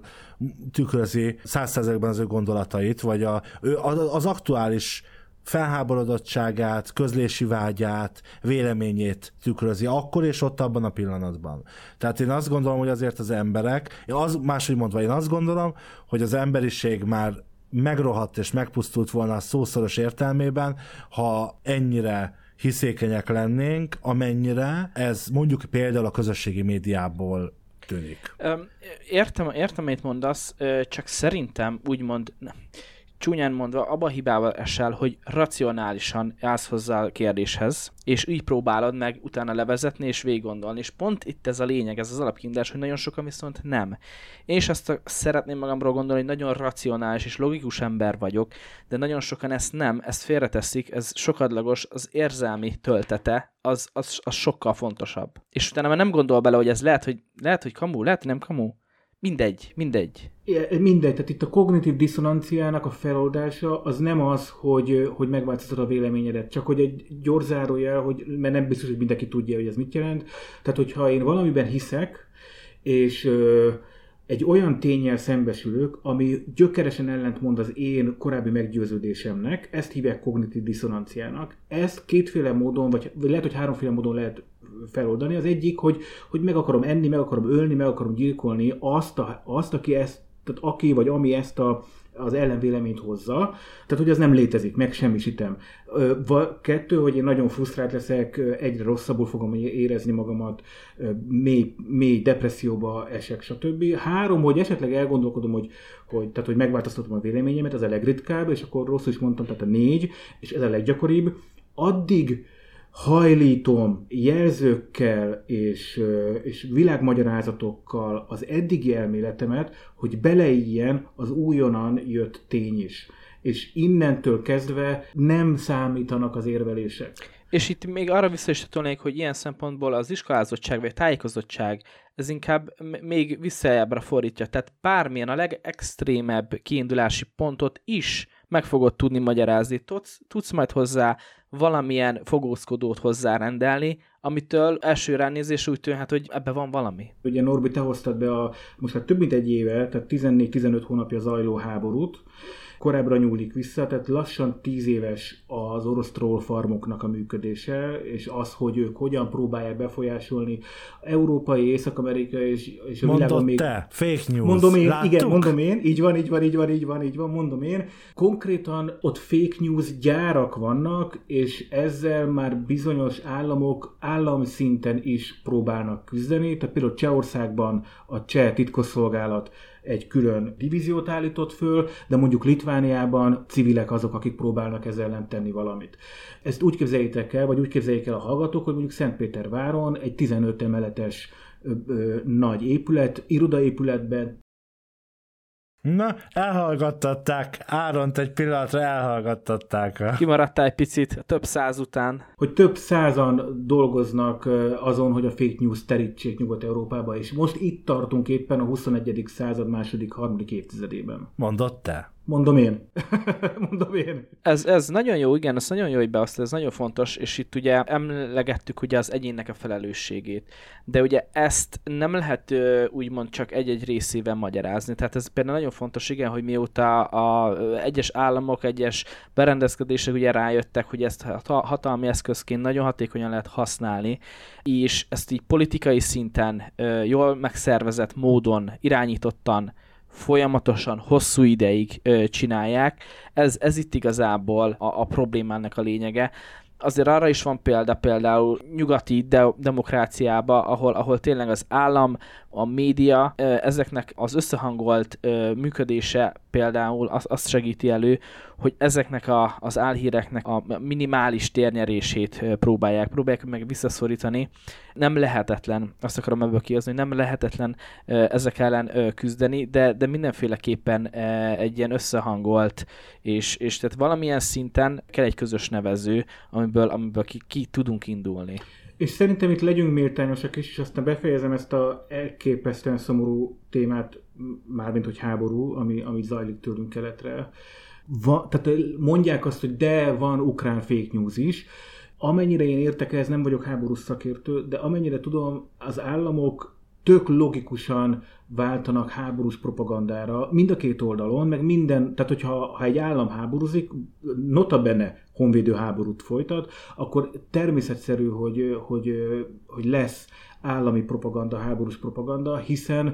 S5: tükrözi száz százalékban az ő gondolatait, vagy a, az aktuális felháborodottságát, közlési vágyát, véleményét tükrözi akkor és ott abban a pillanatban. Tehát én azt gondolom, hogy azért az emberek, az, máshogy mondva, én azt gondolom, hogy az emberiség már megrohadt és megpusztult volna a szószoros értelmében, ha ennyire hiszékenyek lennénk, amennyire ez mondjuk például a közösségi médiából tűnik.
S6: Értem, értem, amit mondasz, csak szerintem úgymond... csúnyán mondva, abba a hibával esel, hogy racionálisan állsz hozzá a kérdéshez, és így próbálod meg utána levezetni és végiggondolni. És pont itt ez a lényeg, ez az alapkiindulás, hogy nagyon sokan viszont nem. Én is azt szeretném magamról gondolni, hogy nagyon racionális és logikus ember vagyok, de nagyon sokan ezt nem, ezt félreteszik, ez sokadlagos, az érzelmi töltete, az, az, az sokkal fontosabb. És utána már nem gondol bele, hogy ez lehet, hogy, lehet, hogy kamu, lehet, hogy nem kamu. Mindegy, mindegy.
S7: Mindegy, tehát itt a kognitív diszonanciának a feloldása az nem az, hogy, hogy megváltoztatod a véleményedet, csak hogy egy gyors zárójel, hogy, mert nem biztos, hogy mindenki tudja, hogy ez mit jelent. Tehát, hogyha én valamiben hiszek, és ö, egy olyan ténnyel szembesülök, ami gyökeresen ellentmond az én korábbi meggyőződésemnek, ezt hívják kognitív diszonanciának. Ezt kétféle módon, vagy lehet, hogy háromféle módon lehet feloldani. Az egyik, hogy, hogy meg akarom enni, meg akarom ölni, meg akarom gyilkolni azt, a, azt aki ezt, tehát aki vagy ami ezt a az ellenvéleményt hozza, tehát hogy az nem létezik, meg semmisítem. Kettő, hogy én nagyon frusztrált leszek, egyre rosszabbul fogom érezni magamat, mély, mély depresszióba esek, stb. Három, hogy esetleg elgondolkodom, hogy, hogy, tehát, hogy megváltoztatom a véleményemet, az a legritkább, és akkor rosszul is mondtam, tehát a négy, és ez a leggyakoribb. Addig hajlítom jelzőkkel és, és világmagyarázatokkal az eddigi elméletemet, hogy beleiljen az újonnan jött tény is. És innentől kezdve nem számítanak az érvelések.
S6: És itt még arra vissza is tudnék, hogy ilyen szempontból az iskolázottság vagy tájékozottság, ez inkább még visszajábbra fordítja. Tehát bármilyen a legextrémebb kiindulási pontot is meg fogod tudni magyarázni. Tudsz, tudsz majd hozzá valamilyen fogózkodót hozzárendelni, amitől első ránézés úgy tűnhet, hogy ebben van valami.
S7: Ugye Norbi, te hoztad be a most már több mint egy éve, tehát tizennégy-tizenöt hónapja zajló háborút, korábbra nyúlik vissza, tehát lassan tíz éves az orosz trollfarmoknak a működése, és az, hogy ők hogyan próbálják befolyásolni európai, Észak-Amerika és, és a világon még...
S5: te, fake news,
S7: Mondom én,
S5: láttuk?
S7: igen, mondom én, így van, így van, így van, így van, így van, mondom én. Konkrétan ott fake news gyárak vannak, és ezzel már bizonyos államok államszinten is próbálnak küzdeni, tehát például Csehországban a cseh titkosszolgálat egy külön divíziót állított föl, de mondjuk Litvániában civilek azok, akik próbálnak ezzel ellen tenni valamit. Ezt úgy képzeljétek el, vagy úgy képzeljék el a hallgatók, hogy mondjuk Szentpéterváron egy tizenöt emeletes ö, ö, nagy épület, irodaépületben.
S5: Na, elhallgattatták. Áront egy pillanatra elhallgattatták.
S6: Kimaradtál egy picit, több száz után.
S7: Hogy több százan dolgoznak azon, hogy a fake news terítsék Nyugat-Európába, és most itt tartunk éppen a huszonegyedik század második, harmadik évtizedében.
S5: Mondott te?
S7: Mondom én. Mondom én.
S6: Ez, ez nagyon jó, igen, ez nagyon jó, hogy beosztod, ez nagyon fontos, és itt ugye emlegettük ugye az egyénnek a felelősségét, de ugye ezt nem lehet úgymond csak egy-egy részével magyarázni, tehát ez például nagyon fontos, igen, hogy mióta a egyes államok, egyes berendezkedések ugye rájöttek, hogy ezt hatalmi eszközként nagyon hatékonyan lehet használni, és ezt így politikai szinten jól megszervezett módon, irányítottan, folyamatosan, hosszú ideig ö, csinálják. Ez, ez itt igazából a, a problémának a lényege. Azért arra is van példa például nyugati de- demokráciába, ahol, ahol tényleg az állam, a média, ö, ezeknek az összehangolt ö, működése például az, azt segíti elő, hogy ezeknek a, az álhíreknek a minimális térnyerését ö, próbálják, próbálják meg visszaszorítani. Nem lehetetlen, azt akarom ebből kihozni, hogy nem lehetetlen ö, ezek ellen ö, küzdeni, de, de mindenféleképpen ö, egy ilyen összehangolt, és, és tehát valamilyen szinten kell egy közös nevező, amiből, amiből ki, ki tudunk indulni.
S7: És szerintem itt legyünk méltányosak is, és aztán befejezem ezt a elképesztően szomorú témát, mármint hogy háború, ami, ami zajlik tőlünk keletre. Va, tehát mondják azt, hogy de van ukrán fake news is. Amennyire én értek, ez nem vagyok háborús szakértő, de amennyire tudom, az államok tök logikusan váltanak háborús propagandára, mind a két oldalon, meg minden, tehát hogyha ha egy állam háborúzik, nota bene honvédő háborút folytat, akkor természetszerű, hogy, hogy, hogy lesz állami propaganda, háborús propaganda, hiszen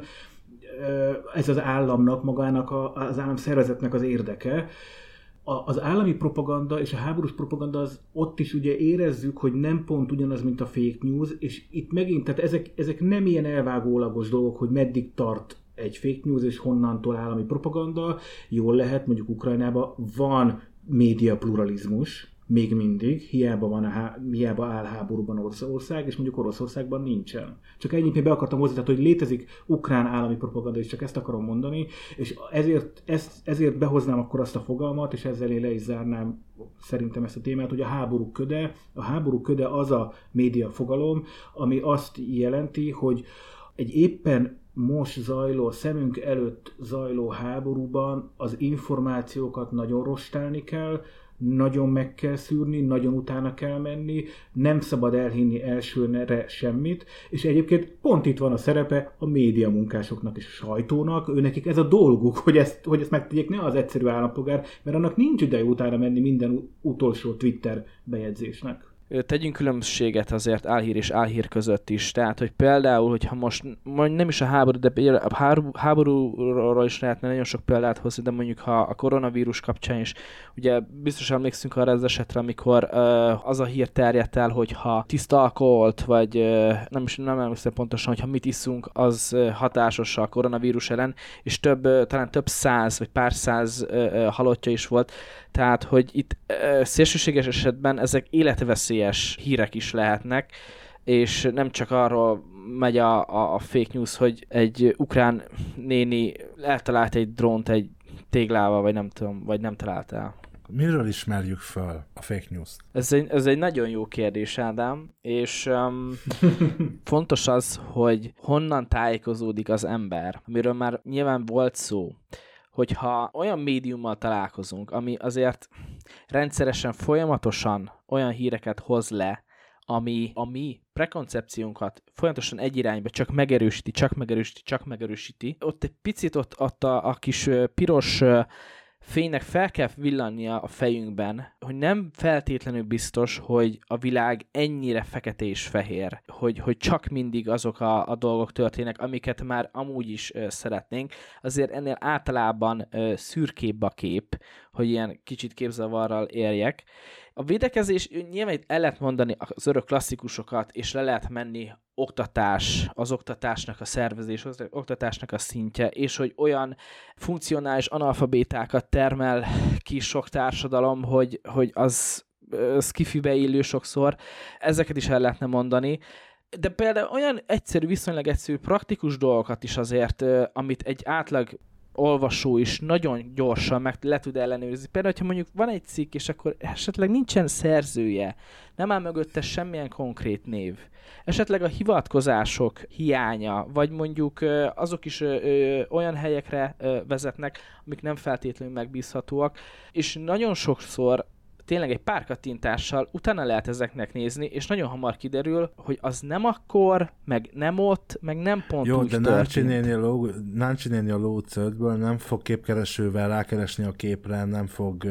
S7: ez az államnak, magának, az államszervezetnek az érdeke. Az állami propaganda és a háborús propaganda, az ott is ugye érezzük, hogy nem pont ugyanaz, mint a fake news, és itt megint, tehát ezek, ezek nem ilyen elvágólagos dolgok, hogy meddig tart egy fake news, és honnantól állami propaganda. Jól lehet, mondjuk Ukrajnában van média pluralizmus, még mindig, hiába, van a há- hiába áll háborúban Oroszország, és mondjuk Oroszországban nincsen. Csak ennyit még be akartam hozni, tehát, hogy létezik ukrán állami propaganda, és csak ezt akarom mondani, és ezért, ezt, ezért behoznám akkor azt a fogalmat, és ezzel én le is zárnám szerintem ezt a témát, hogy a háború köde, a háború köde az a média fogalom, ami azt jelenti, hogy egy éppen most zajló, szemünk előtt zajló háborúban az információkat nagyon rostálni kell, nagyon meg kell szűrni, nagyon utána kell menni, nem szabad elhinni elsőre semmit, és egyébként pont itt van a szerepe a média munkásoknak és a sajtónak, őnekik ez a dolguk, hogy ezt, hogy ezt megtegyék, ne az egyszerű állampolgár, mert annak nincs ideje utána menni minden utolsó Twitter bejegyzésnek.
S6: tegyünk különbséget azért álhír és álhír között is. Tehát, hogy például, hogyha most nem is a háború, de a háborúról is lehetne nagyon sok példát hozni, de mondjuk ha a koronavírus kapcsán is, ugye biztos emlékszünk arra az esetre, amikor uh, az a hír terjedt el, hogyha tiszta alkoholt, vagy uh, nem is nem emlékszem pontosan, hogyha mit iszunk, az uh, hatásos a koronavírus ellen, és több, uh, talán több száz, vagy pár száz uh, uh, halottja is volt. Tehát, hogy itt uh, szélsőséges esetben ezek életveszélyes hírek is lehetnek, és nem csak arról megy a, a, a fake news, hogy egy ukrán néni eltalált egy drónt egy téglával, vagy nem tudom, vagy nem talált el.
S5: Miről ismerjük fel a fake news-t?
S6: Ez egy, ez egy nagyon jó kérdés, Ádám, és um, fontos az, hogy honnan tájékozódik az ember, amiről már nyilván volt szó, hogyha olyan médiummal találkozunk, ami azért rendszeresen, folyamatosan olyan híreket hoz le, ami a mi prekoncepciónkat folyamatosan egy irányba csak megerősíti, csak megerősíti, csak megerősíti. Ott egy picit ott, ott a, a kis piros fénynek fel kell villannia a fejünkben, hogy nem feltétlenül biztos, hogy a világ ennyire fekete és fehér, hogy, hogy csak mindig azok a, a dolgok történnek, amiket már amúgy is uh, szeretnénk. Azért ennél általában uh, szürkébb a kép, hogy ilyen kicsit képzavarral érjek. A védekezés, nyilván itt el lehet mondani az örök klasszikusokat, és le lehet menni oktatás, az oktatásnak a szervezés, az oktatásnak a szintje, és hogy olyan funkcionális analfabétákat termel ki sok társadalom, hogy, hogy az, az kifibe illő sokszor. Ezeket is el lehetne mondani. De például olyan egyszerű, viszonylag egyszerű, praktikus dolgokat is azért, amit egy átlag olvasó is nagyon gyorsan meg le tud ellenőrizni. Például, ha mondjuk van egy cikk, és akkor esetleg nincsen szerzője, nem áll mögötte semmilyen konkrét név. Esetleg a hivatkozások hiánya, vagy mondjuk azok is olyan helyekre vezetnek, amik nem feltétlenül megbízhatóak, és nagyon sokszor tényleg egy pár kattintással utána lehet ezeknek nézni, és nagyon hamar kiderül, hogy az nem akkor, meg nem ott, meg nem pont
S5: jó,
S6: úgy
S5: de Náncsi néni a ló utca nem fog képkeresővel rákeresni a képre, nem fog,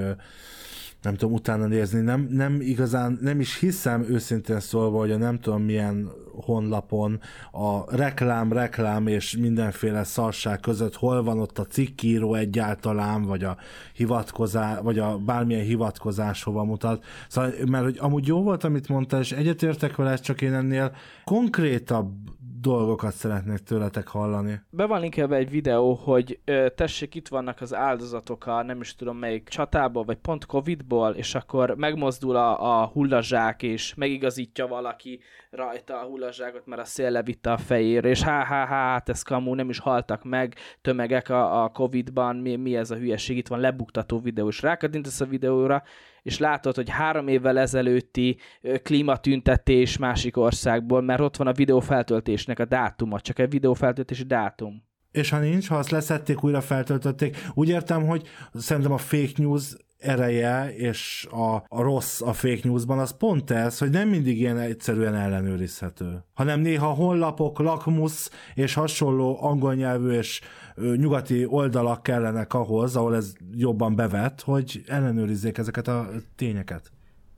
S5: nem tudom, utána nézni. Nem, nem igazán, nem is hiszem őszintén szólva, hogy a nem tudom milyen honlapon a reklám, reklám és mindenféle szarság között hol van ott a cikkíró egyáltalán, vagy a hivatkozás, vagy a bármilyen hivatkozás hova mutat. Szóval, mert hogy amúgy jó volt, amit mondtál, és egyetértek vele, csak én ennél konkrétabb dolgokat szeretnék tőletek hallani.
S6: Be van linkelve egy videó, hogy ö, tessék, itt vannak az áldozatok a nem is tudom melyik csatából, vagy pont Covidból, és akkor megmozdul a, a hullazsák, és megigazítja valaki rajta a hullazsákot, mert a szél levitte a fejére, és há-há-há, hát ez kamu, nem is haltak meg tömegek a, a Covidban, mi, mi ez a hülyeség, itt van lebuktató videó, és rákattintasz a videóra, és látod, hogy három évvel ezelőtti klímatüntetés másik országból, mert ott van a videófeltöltésnek a dátuma, csak egy videófeltöltési dátum.
S5: És ha nincs, ha azt leszették, újra feltöltötték, úgy értem, hogy szerintem a fake news ereje és a, a rossz a fake newsban az pont ez, hogy nem mindig ilyen egyszerűen ellenőrizhető, hanem néha honlapok, lakmusz és hasonló angol nyelvű és ö, nyugati oldalak kellenek ahhoz, ahol ez jobban bevett, hogy ellenőrizzék ezeket a tényeket.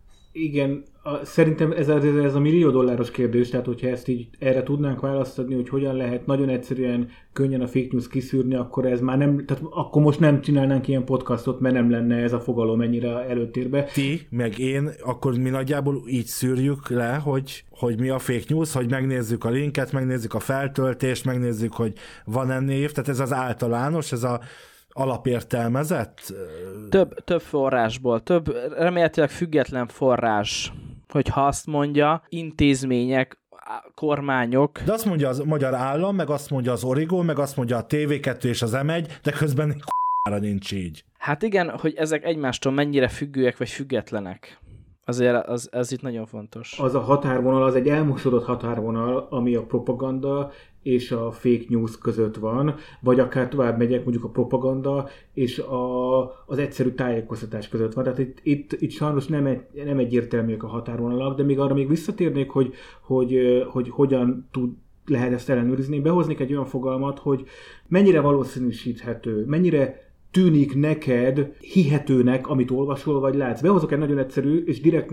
S7: Igen, a, szerintem ez a, ez a millió dolláros kérdés, tehát hogyha ezt így erre tudnánk választ adni, hogy hogyan lehet nagyon egyszerűen, könnyen a fake news kiszűrni, akkor ez már nem, tehát akkor most nem csinálnánk ilyen podcastot, mert nem lenne ez a fogalom ennyire előtérbe.
S5: Ti, meg én, akkor mi nagyjából így szűrjük le, hogy, hogy mi a fake news, hogy megnézzük a linket, megnézzük a feltöltést, megnézzük, hogy van-e név, tehát ez az általános, ez a alapértelmezett?
S6: Több, több forrásból, több remélhetőleg független forrás, hogyha azt mondja, intézmények, kormányok.
S5: De azt mondja az magyar állam, meg azt mondja az Origo, meg azt mondja a té vé kettő és az em egy, de közben k***ra nincs így.
S6: Hát igen, hogy ezek egymástól mennyire függőek vagy függetlenek. Azért az, ez itt nagyon fontos.
S7: Az a határvonal, az egy elmosodott határvonal, ami a propaganda és a fake news között van, vagy akár tovább megyek, mondjuk a propaganda és a, az egyszerű tájékoztatás között van. Tehát itt, itt, itt sajnos nem, egy, nem egyértelműek a határvonalak, de még arra még visszatérnék, hogy, hogy, hogy hogyan tud lehet ezt ellenőrizni. Behoznék egy olyan fogalmat, hogy mennyire valószínűsíthető, mennyire tűnik neked hihetőnek, amit olvasol vagy látsz. Behozok egy nagyon egyszerű, és direkt nem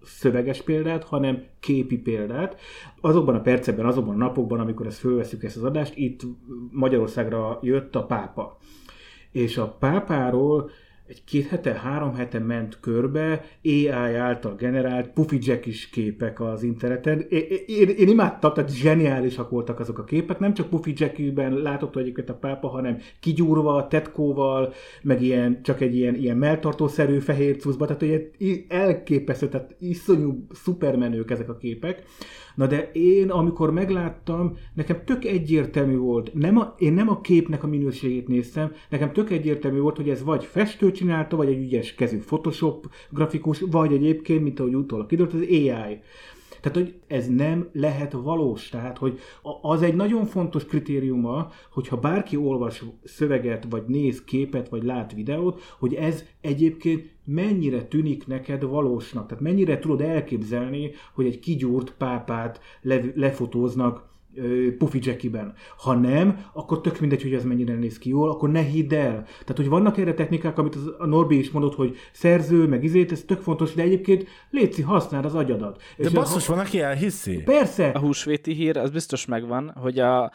S7: szöveges példát, hanem képi példát. Azokban a percekben, azokban a napokban, amikor ezt fölveszük ezt az adást, itt Magyarországra jött a pápa. És a pápáról egy két hete, három hete ment körbe á i által generált Puffy Jack-is képek az interneten. Én, én, én imádtam, tehát zseniálisak voltak azok a képek. Nem csak Puffy Jack-ben látott egyébként a pápa, hanem kigyúrva, tetkóval, meg ilyen, csak egy ilyen, ilyen melltartószerű fehér cuccba. Tehát ugye elképesztő, tehát iszonyú szupermenők ezek a képek. Na de én, amikor megláttam, nekem tök egyértelmű volt, nem a, én nem a képnek a minőségét néztem, nekem tök egyértelmű volt, hogy ez vagy festő csinálta, vagy egy ügyes kezű Photoshop grafikus, vagy egyébként, mint ahogy utólag kiderült, az á i. Tehát, hogy ez nem lehet valós. Tehát, hogy az egy nagyon fontos kritériuma, hogyha bárki olvas szöveget, vagy néz képet, vagy lát videót, hogy ez egyébként mennyire tűnik neked valósnak. Tehát mennyire tudod elképzelni, hogy egy kigyúrt pápát le- lefotóznak Puffy Jackiben. Ha nem, akkor tök mindegy, hogy ez mennyire néz ki jól, akkor ne hidd el. Tehát, hogy vannak erre technikák, amit az, a Norbi is mondott, hogy szerző, meg izét, ez tök fontos, de egyébként létszi, használd az agyadat.
S5: De és basszus, ha... van, aki elhiszi.
S7: Persze.
S6: A húsvéti hír, az biztos megvan, hogy a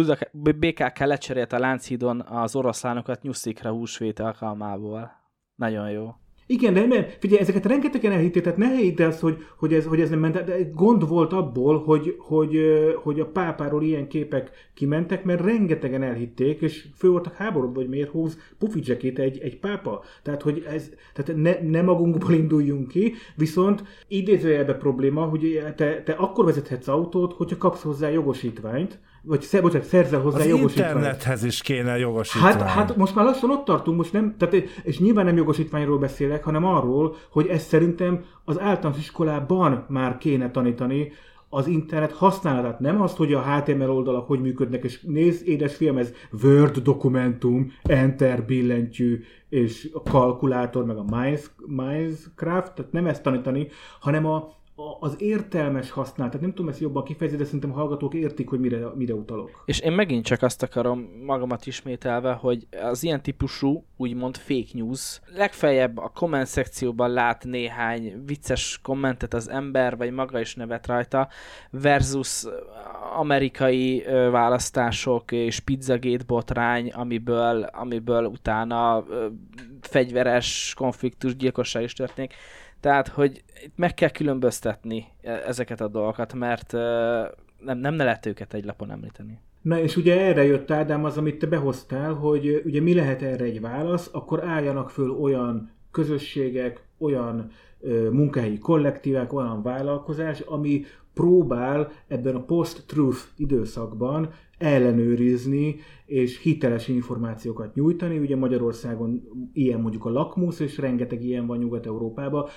S6: bé ká ká lecserélt a Lánchídon az oroszlánokat nyuszikra húsvét alkalmából. Nagyon jó.
S7: Igen, de nem, figyelj, ezeket rengetegen elhitték, tehát ne hidd azt, hogy, hogy, ez, hogy ez nem ment, de gond volt abból, hogy, hogy, hogy a pápáról ilyen képek kimentek, mert rengetegen elhitték, és fő voltak háborodva, hogy miért húz Puffy Jacket egy, egy pápa. Tehát, hogy ez, tehát ne, ne magunkból induljunk ki, viszont idézőjelbe probléma, hogy te, te akkor vezethetsz autót, hogyha kapsz hozzá jogosítványt, vagy szer, bocsánat, szerzel hozzá
S5: az
S7: jogosítványt.
S5: Az internethez is kéne jogosítvány.
S7: Hát, hát most már lassan ott tartunk, most nem, tehát, és nyilván nem jogosítványról beszélek, hanem arról, hogy ezt szerintem az általános iskolában már kéne tanítani, az internet használatát. Nem azt, hogy a há té em el oldalak hogy működnek, és nézd, édesfiam, ez Word dokumentum, Enter billentyű, és a kalkulátor, meg a Minecraft, tehát nem ezt tanítani, hanem a az értelmes használat. Tehát nem tudom ezt jobban kifejezni, de szerintem a hallgatók értik, hogy mire, mire utalok.
S6: És én megint csak azt akarom magamat ismételve, hogy az ilyen típusú, úgymond fake news, legfeljebb a komment szekcióban lát néhány vicces kommentet az ember, vagy maga is nevet rajta, versus amerikai ö, választások és Pizzagate botrány, amiből, amiből utána ö, fegyveres konfliktus, gyilkosság is történik. Tehát, hogy itt meg kell különböztetni ezeket a dolgokat, mert nem, nem ne lehet őket egy lapon említeni.
S7: Na és ugye erre jött, Ádám, az, amit te behoztál, hogy ugye mi lehet erre egy válasz, akkor álljanak föl olyan közösségek, olyan ö, munkahelyi kollektívák, olyan vállalkozás, ami próbál ebben a post-truth időszakban ellenőrizni és hiteles információkat nyújtani. Ugye Magyarországon ilyen mondjuk a Lakmusz, és rengeteg ilyen van Nyugat-Európában,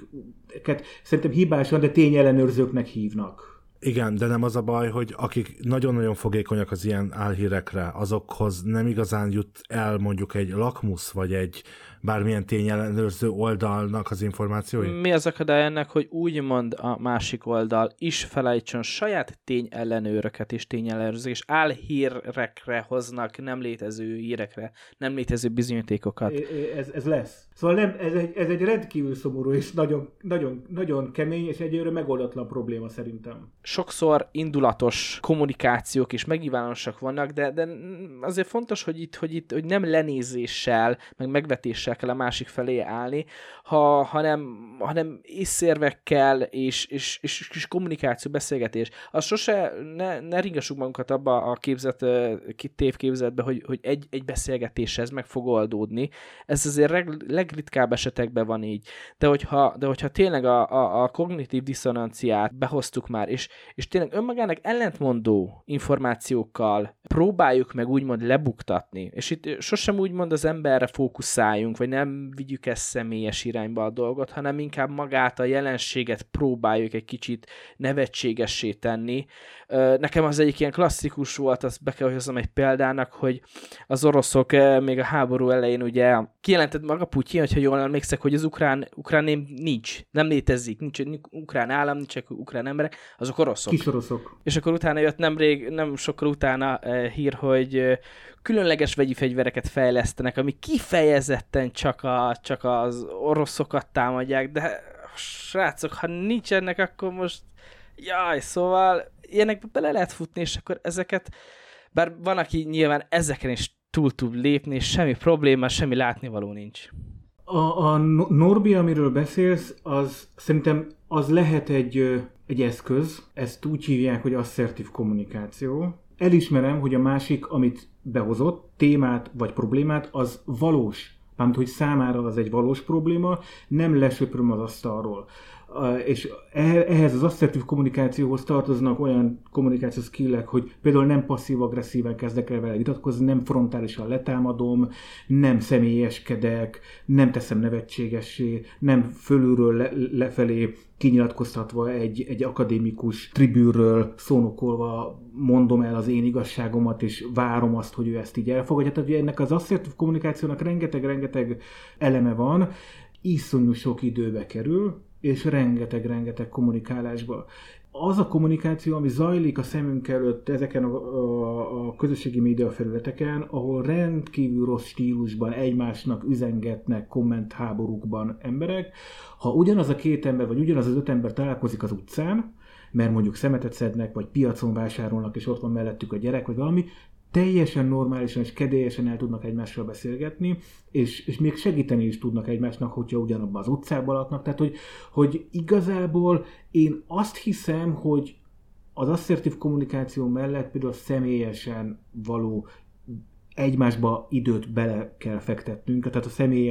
S7: akiket szerintem hibásan, de tényellenőrzőknek hívnak.
S5: Igen, de nem az a baj, hogy akik nagyon-nagyon fogékonyak az ilyen álhírekre, azokhoz nem igazán jut el mondjuk egy Lakmusz, vagy egy bármilyen tényellenőrző oldalnak az információi?
S6: Mi az akadály ennek, hogy úgymond a másik oldal is felejtsön saját tényellenőröket és tényellenőrzők, és álhírekre hoznak nem létező hírekre, nem létező bizonyítékokat.
S7: Ez, ez lesz. Szóval nem, ez, egy, ez egy rendkívül szomorú és nagyon, nagyon, nagyon kemény és egyőre megoldatlan probléma szerintem.
S6: Sokszor indulatos kommunikációk és megnyilvánosak vannak, de, de azért fontos, hogy itt, hogy itt hogy nem lenézéssel, meg megvetéssel kell a másik felé állni, ha, hanem, hanem észszervekkel és, és, és, és kommunikáció, beszélgetés. Az sose, ne, ne ringassuk magunkat abba a képzet, tévképzetbe, hogy, hogy egy, egy beszélgetéshez meg fog oldódni. Ez azért reg, legritkább esetekben van így. De hogyha, de hogyha tényleg a, a, a kognitív diszonanciát behoztuk már, és, és tényleg önmagának ellentmondó információkkal próbáljuk meg úgymond lebuktatni, és itt sosem úgymond az emberre fókuszáljunk, vagy nem vigyük ezt személyes irányba a dolgot, hanem inkább magát a jelenséget próbáljuk egy kicsit nevetségessé tenni. Nekem az egyik ilyen klasszikus volt, azt be kell hozzam egy példának, hogy az oroszok még a háború elején ugye kijelentett maga Putyin, hogyha jól emlékszek, hogy az ukrán, ukrán ném nincs, nem létezik, nincs ukrán állam, nincsenek ukrán emberek, azok oroszok.
S7: Kis oroszok.
S6: És akkor utána jött nemrég, nem sokkal utána hír, hogy különleges vegyi fegyvereket fejlesztenek, ami kifejezetten csak, a, csak az oroszokat támadják, de srácok, ha nincsenek, akkor most jaj, szóval ilyenekbe bele lehet futni, és akkor ezeket, bár van, aki nyilván ezeken is túl tud lépni, és semmi probléma, semmi látnivaló nincs.
S7: A, a Norbi, amiről beszélsz, az szerintem az lehet egy, egy eszköz, ezt úgy hívják, hogy asszertív kommunikáció. Elismerem, hogy a másik, amit behozott, témát vagy problémát, az valós. Mármint, hogy számára az egy valós probléma, nem lesöpröm az asztalról. És ehhez az asszertív kommunikációhoz tartoznak olyan kommunikációs skillek, hogy például nem passzív-agresszíven kezdek el vele vitatkozni, nem frontálisan letámadom, nem személyeskedek, nem teszem nevetségessé, nem fölülről le- lefelé kinyilatkoztatva egy, egy akadémikus tribűről szónokolva mondom el az én igazságomat, és várom azt, hogy ő ezt így elfogadja. Tehát ennek az asszertív kommunikációnak rengeteg-rengeteg eleme van, iszonyú sok időbe kerül, és rengeteg-rengeteg kommunikálásba. Az a kommunikáció, ami zajlik a szemünk előtt ezeken a, a, a közösségi média felületeken, ahol rendkívül rossz stílusban egymásnak üzengetnek kommentháborúkban emberek, ha ugyanaz a két ember, vagy ugyanaz az öt ember találkozik az utcán, mert mondjuk szemetet szednek, vagy piacon vásárolnak, és ott van mellettük a gyerek, vagy valami, teljesen normálisan és kedélyesen el tudnak egymással beszélgetni, és, és még segíteni is tudnak egymásnak, hogyha ugyanabban az utcában laknak. Tehát, hogy, hogy igazából én azt hiszem, hogy az asszertív kommunikáció mellett például személyesen való egymásba időt bele kell fektetnünk, tehát a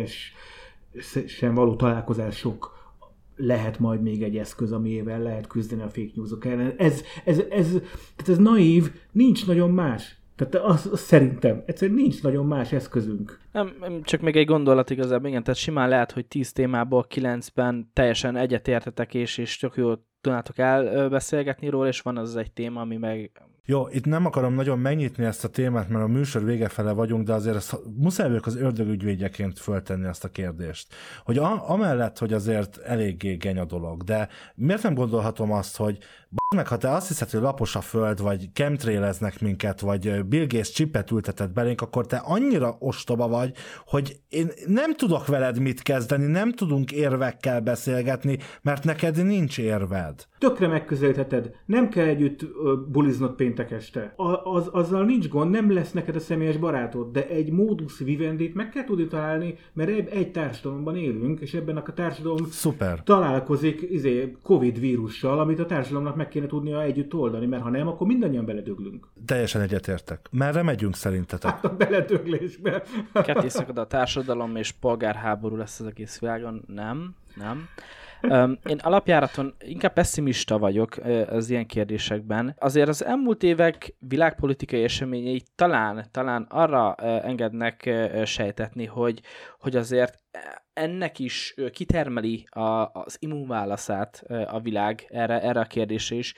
S7: személyesen való találkozások lehet majd még egy eszköz, amivel lehet küzdeni a fake newsok ellen. Ez, ez, ez, tehát ez naív, nincs nagyon más. Tehát az, az szerintem, egyszerűen nincs nagyon más eszközünk.
S6: Nem, csak még egy gondolat igazából, igen, tehát simán lehet, hogy tíz témából kilencben teljesen egyetértetek, és, és tök jól tudnátok elbeszélgetni róla, és van az egy téma, ami meg...
S5: Jó, itt nem akarom nagyon megnyitni ezt a témát, mert a műsor vége fele vagyunk, de azért ezt, muszáj vagyok az ördög ügyvédjeként föltenni ezt a kérdést. Hogy a, amellett, hogy azért eléggé geny a dolog, de miért nem gondolhatom azt, hogy meg, ha te azt hiszed, hogy lapos a föld, vagy chemtraileznek minket, vagy Bill Gates csipet ültetett belénk, akkor te annyira ostoba vagy, hogy én nem tudok veled mit kezdeni, nem tudunk érvekkel beszélgetni, mert neked nincs érved.
S7: Tökre megközelítheted. Nem kell együtt buliznod péntek este. A, az, azzal nincs gond, nem lesz neked a személyes barátod, de egy modus vivendit meg kell tudni találni, mert egy társadalomban élünk, és ebben a társadalom
S5: Szuper.
S7: találkozik izé, Covid vírussal, amit a társadalomnak meg kéne tudnia együtt oldani, mert ha nem, akkor mindannyian beledöglünk.
S5: Teljesen egyetértek. Merre megyünk szerintetek?
S7: Hát a beledöglésbe.
S6: Ketté szakad a társadalom, és polgárháború lesz az egész világon. Nem, nem. Um, én alapjáraton inkább pessimista vagyok uh, az ilyen kérdésekben. Azért az elmúlt évek világpolitikai eseményei talán, talán arra uh, engednek uh, sejtetni, hogy, hogy azért ennek is uh, kitermeli a, az immunválaszát uh, a világ erre, erre a kérdésre is.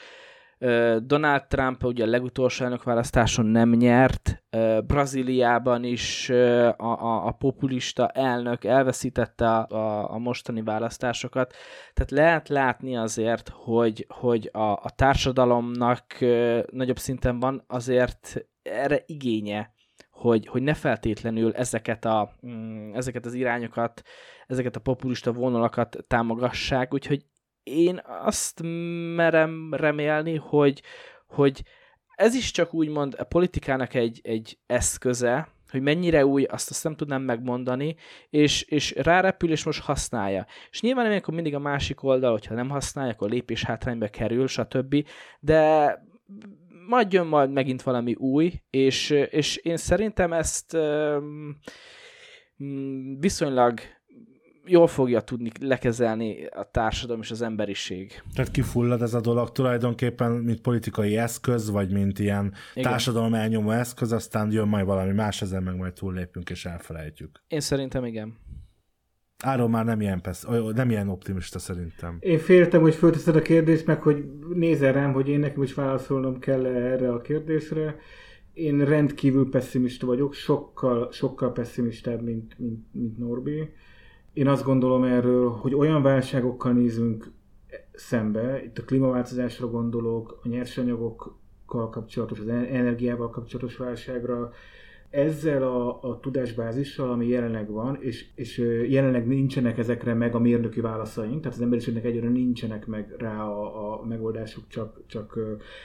S6: Donald Trump ugye a legutolsó elnökválasztáson nem nyert, Brazíliában is a, a, a populista elnök elveszítette a, a, a mostani választásokat, tehát lehet látni azért, hogy, hogy a, a társadalomnak nagyobb szinten van azért erre igénye, hogy, hogy ne feltétlenül ezeket, a, ezeket az irányokat, ezeket a populista vonalakat támogassák, úgyhogy én azt merem remélni, hogy, hogy ez is csak úgymond a politikának egy, egy eszköze, hogy mennyire új, azt, azt nem tudnám megmondani, és, és rárepül, és most használja. És nyilván amikor mindig a másik oldal, hogyha nem használja, akkor lépés hátrányba kerül, stb. De majd jön majd megint valami új, és, és én szerintem ezt um, viszonylag jól fogja tudni lekezelni a társadalom és az emberiség.
S5: Tehát kifullad ez a dolog tulajdonképpen, mint politikai eszköz, vagy mint ilyen igen. társadalom elnyomó eszköz, aztán jön majd valami más, ezen meg majd túllépünk és elfelejtjük.
S6: Én szerintem igen.
S5: Áron már nem ilyen, pesz, nem ilyen optimista szerintem.
S7: Én féltem, hogy fölteszed a kérdést, meg hogy nézel rám, hogy én nekem is válaszolnom kell erre a kérdésre. Én rendkívül pessimista vagyok, sokkal, sokkal pessimistább, mint, mint, mint Norbi. Én azt gondolom erről, hogy olyan válságokkal nézünk szembe, itt a klímaváltozásra gondolok, a nyersanyagokkal kapcsolatos, az energiával kapcsolatos válságra, ezzel a, a tudásbázissal, ami jelenleg van, és, és jelenleg nincsenek ezekre meg a mérnöki válaszaink, tehát az emberiségnek egyre nincsenek meg rá a, a megoldásuk, csak, csak,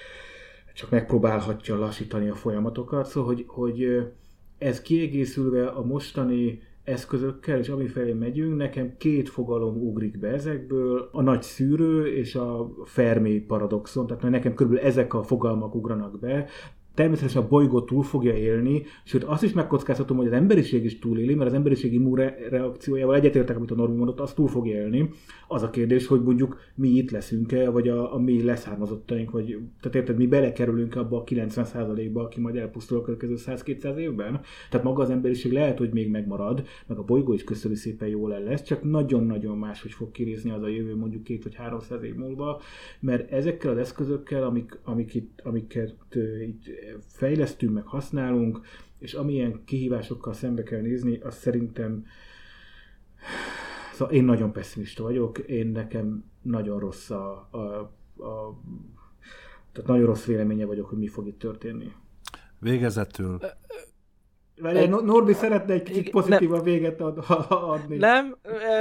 S7: csak megpróbálhatja lassítani a folyamatokat. Szóval, hogy, hogy ez kiegészülve a mostani eszközökkel, és amifelé megyünk, nekem két fogalom ugrik be ezekből, a nagy szűrő és a Fermi paradoxon, tehát nekem körülbelül ezek a fogalmak ugranak be. Természetesen a bolygó túl fogja élni, sőt azt is megkockáztatom, hogy az emberiség is túléli, mert az emberiség immunreakciójával egyetértek, amit a Norbi mondott, az túl fog élni. Az a kérdés, hogy mondjuk mi itt leszünk-e, vagy a, a mi leszármazottaink, vagy tehát érted, mi belekerülünk abba a kilencven százalékba, aki majd elpusztul a következő száz-kétszáz évben. Tehát maga az emberiség lehet, hogy még megmarad, meg a bolygó is köszöni szépen jól el lesz, csak nagyon-nagyon máshogy fog kinézni az a jövő mondjuk két vagy háromszáz év múlva, mert ezekkel az eszközökkel, amik, amik itt, amiket uh, itt fejlesztünk, meg használunk, és amilyen kihívásokkal szembe kell nézni, az szerintem, szóval én nagyon pessimista vagyok, én nekem nagyon rossz a, a, a tehát nagyon rossz véleménye vagyok, hogy mi fog itt történni.
S5: Végezetül.
S7: Várjál, Norbi szeretne egy kicsit pozitívan véget ad, adni.
S6: Nem,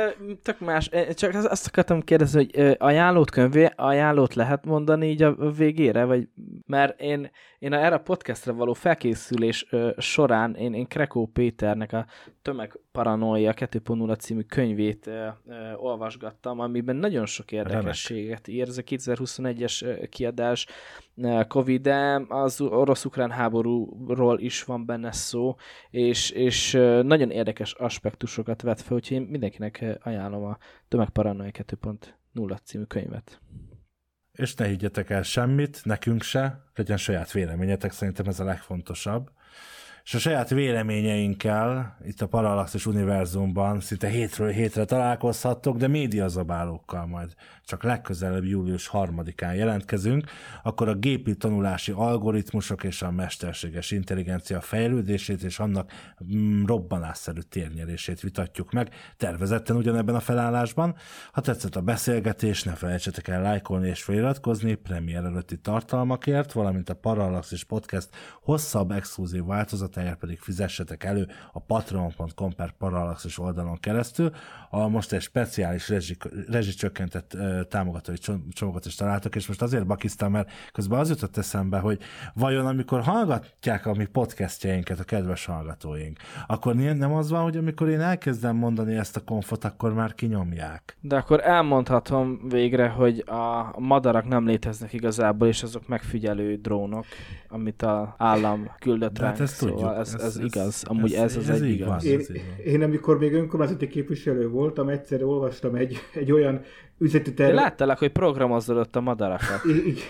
S6: tök más. Csak azt akartam kérdezni, hogy ajánlót könyvé, ajánlót lehet mondani így a végére? Vagy, mert én, én erre a podcastra való felkészülés során én, én Krekó Péternek a Tömegparanoia kettő pont nulla című könyvét olvasgattam, amiben nagyon sok érdekességet ír. Ez a kétezer-huszonegyes kiadás, Covid, de az orosz-ukrán háborúról is van benne szó, és, és nagyon érdekes aspektusokat vet fel, úgyhogy én mindenkinek ajánlom a Tömegparanoia kettő pont nulla című könyvet.
S5: És ne higgyetek el semmit, nekünk se, legyen saját véleményetek, szerintem ez a legfontosabb. És a saját véleményeinkkel itt a Parallaxis univerzumban szinte hétről hétre találkozhattok, de médiazabálókkal majd csak legközelebb július harmadikán jelentkezünk, akkor a gépi tanulási algoritmusok és a mesterséges intelligencia fejlődését és annak mm, robbanásszerű térnyerését vitatjuk meg, tervezetten ugyanebben a felállásban. Ha tetszett a beszélgetés, ne felejtsetek el lájkolni és feliratkozni premier előtti tartalmakért, valamint a Parallaxis podcast hosszabb exkluzív változat pedig fizessetek elő a patreon pont com per Parallaxis oldalon keresztül. A most egy speciális rezsicsökkentett uh, támogatói csomagot is találtok, és most azért bakiztam, mert közben az jutott eszembe, hogy vajon amikor hallgatják a mi podcastjainket a kedves hallgatóink, akkor nem az van, hogy amikor én elkezdem mondani ezt a konfot, akkor már kinyomják.
S6: De akkor elmondhatom végre, hogy a madarak nem léteznek igazából, és azok megfigyelő drónok, amit az állam küldött ránk.
S5: Hát szóval
S6: Ez, ez, ez igaz, amúgy ez, ez, ez az egy igaz.
S7: Én, én amikor még önkormányzati képviselő voltam, egyszer olvastam egy, egy olyan üzleti tervet.
S6: Láttalak, hogy programozolott a madarakat.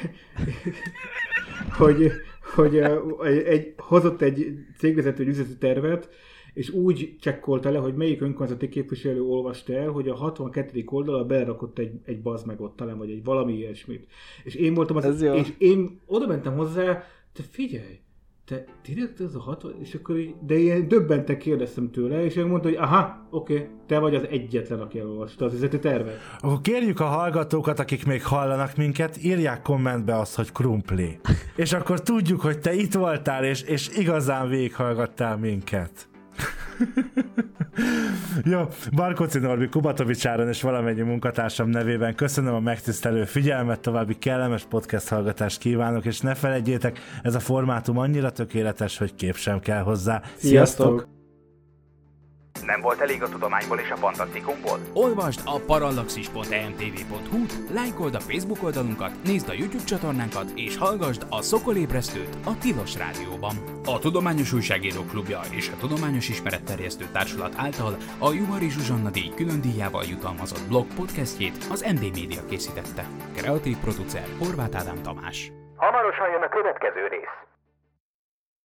S7: hogy hogy egy, hozott egy cégvezető egy üzleti tervet, és úgy csekkolta le, hogy melyik önkormányzati képviselő olvasta el, hogy a hatvankettedik oldalra belerakott egy, egy bazd meg ott talán, vagy egy valami ilyesmit. És én voltam az, és én oda mentem hozzá, te figyelj, te direkt ez a hatvan, és akkor így, de ilyen döbbenten kérdeztem tőle, és ő mondta, hogy aha, oké, okay, te vagy az egyetlen, aki elolvasta az üzleti tervet.
S5: Akkor kérjük a hallgatókat, akik még hallanak minket, írják kommentbe azt, hogy krumpli. És akkor tudjuk, hogy te itt voltál, és, és igazán végighallgattál minket. Jó, Barkóci Norbi, Kubatovics Áron és valamennyi munkatársam nevében köszönöm a megtisztelő figyelmet, további kellemes podcast hallgatást kívánok, és ne feledjétek, ez a formátum annyira tökéletes, hogy kép sem kell hozzá.
S6: Sziasztok!
S2: Nem volt elég a tudományból és a fantasztikumból?
S1: Olvasd a parallaxis pont e m t v pont h u-t, lájkold a Facebook oldalunkat, nézd a YouTube csatornánkat, és hallgasd a Szokolébresztőt a Tilos Rádióban. A Tudományos Újságírók Klubja és a Tudományos Ismeretterjesztő Társulat által a Juhari Zsuzsanna díj külön díjával jutalmazott blog podcastjét az em dé Média készítette. Kreatív producer Horváth Ádám Tamás.
S2: Hamarosan jön a következő rész.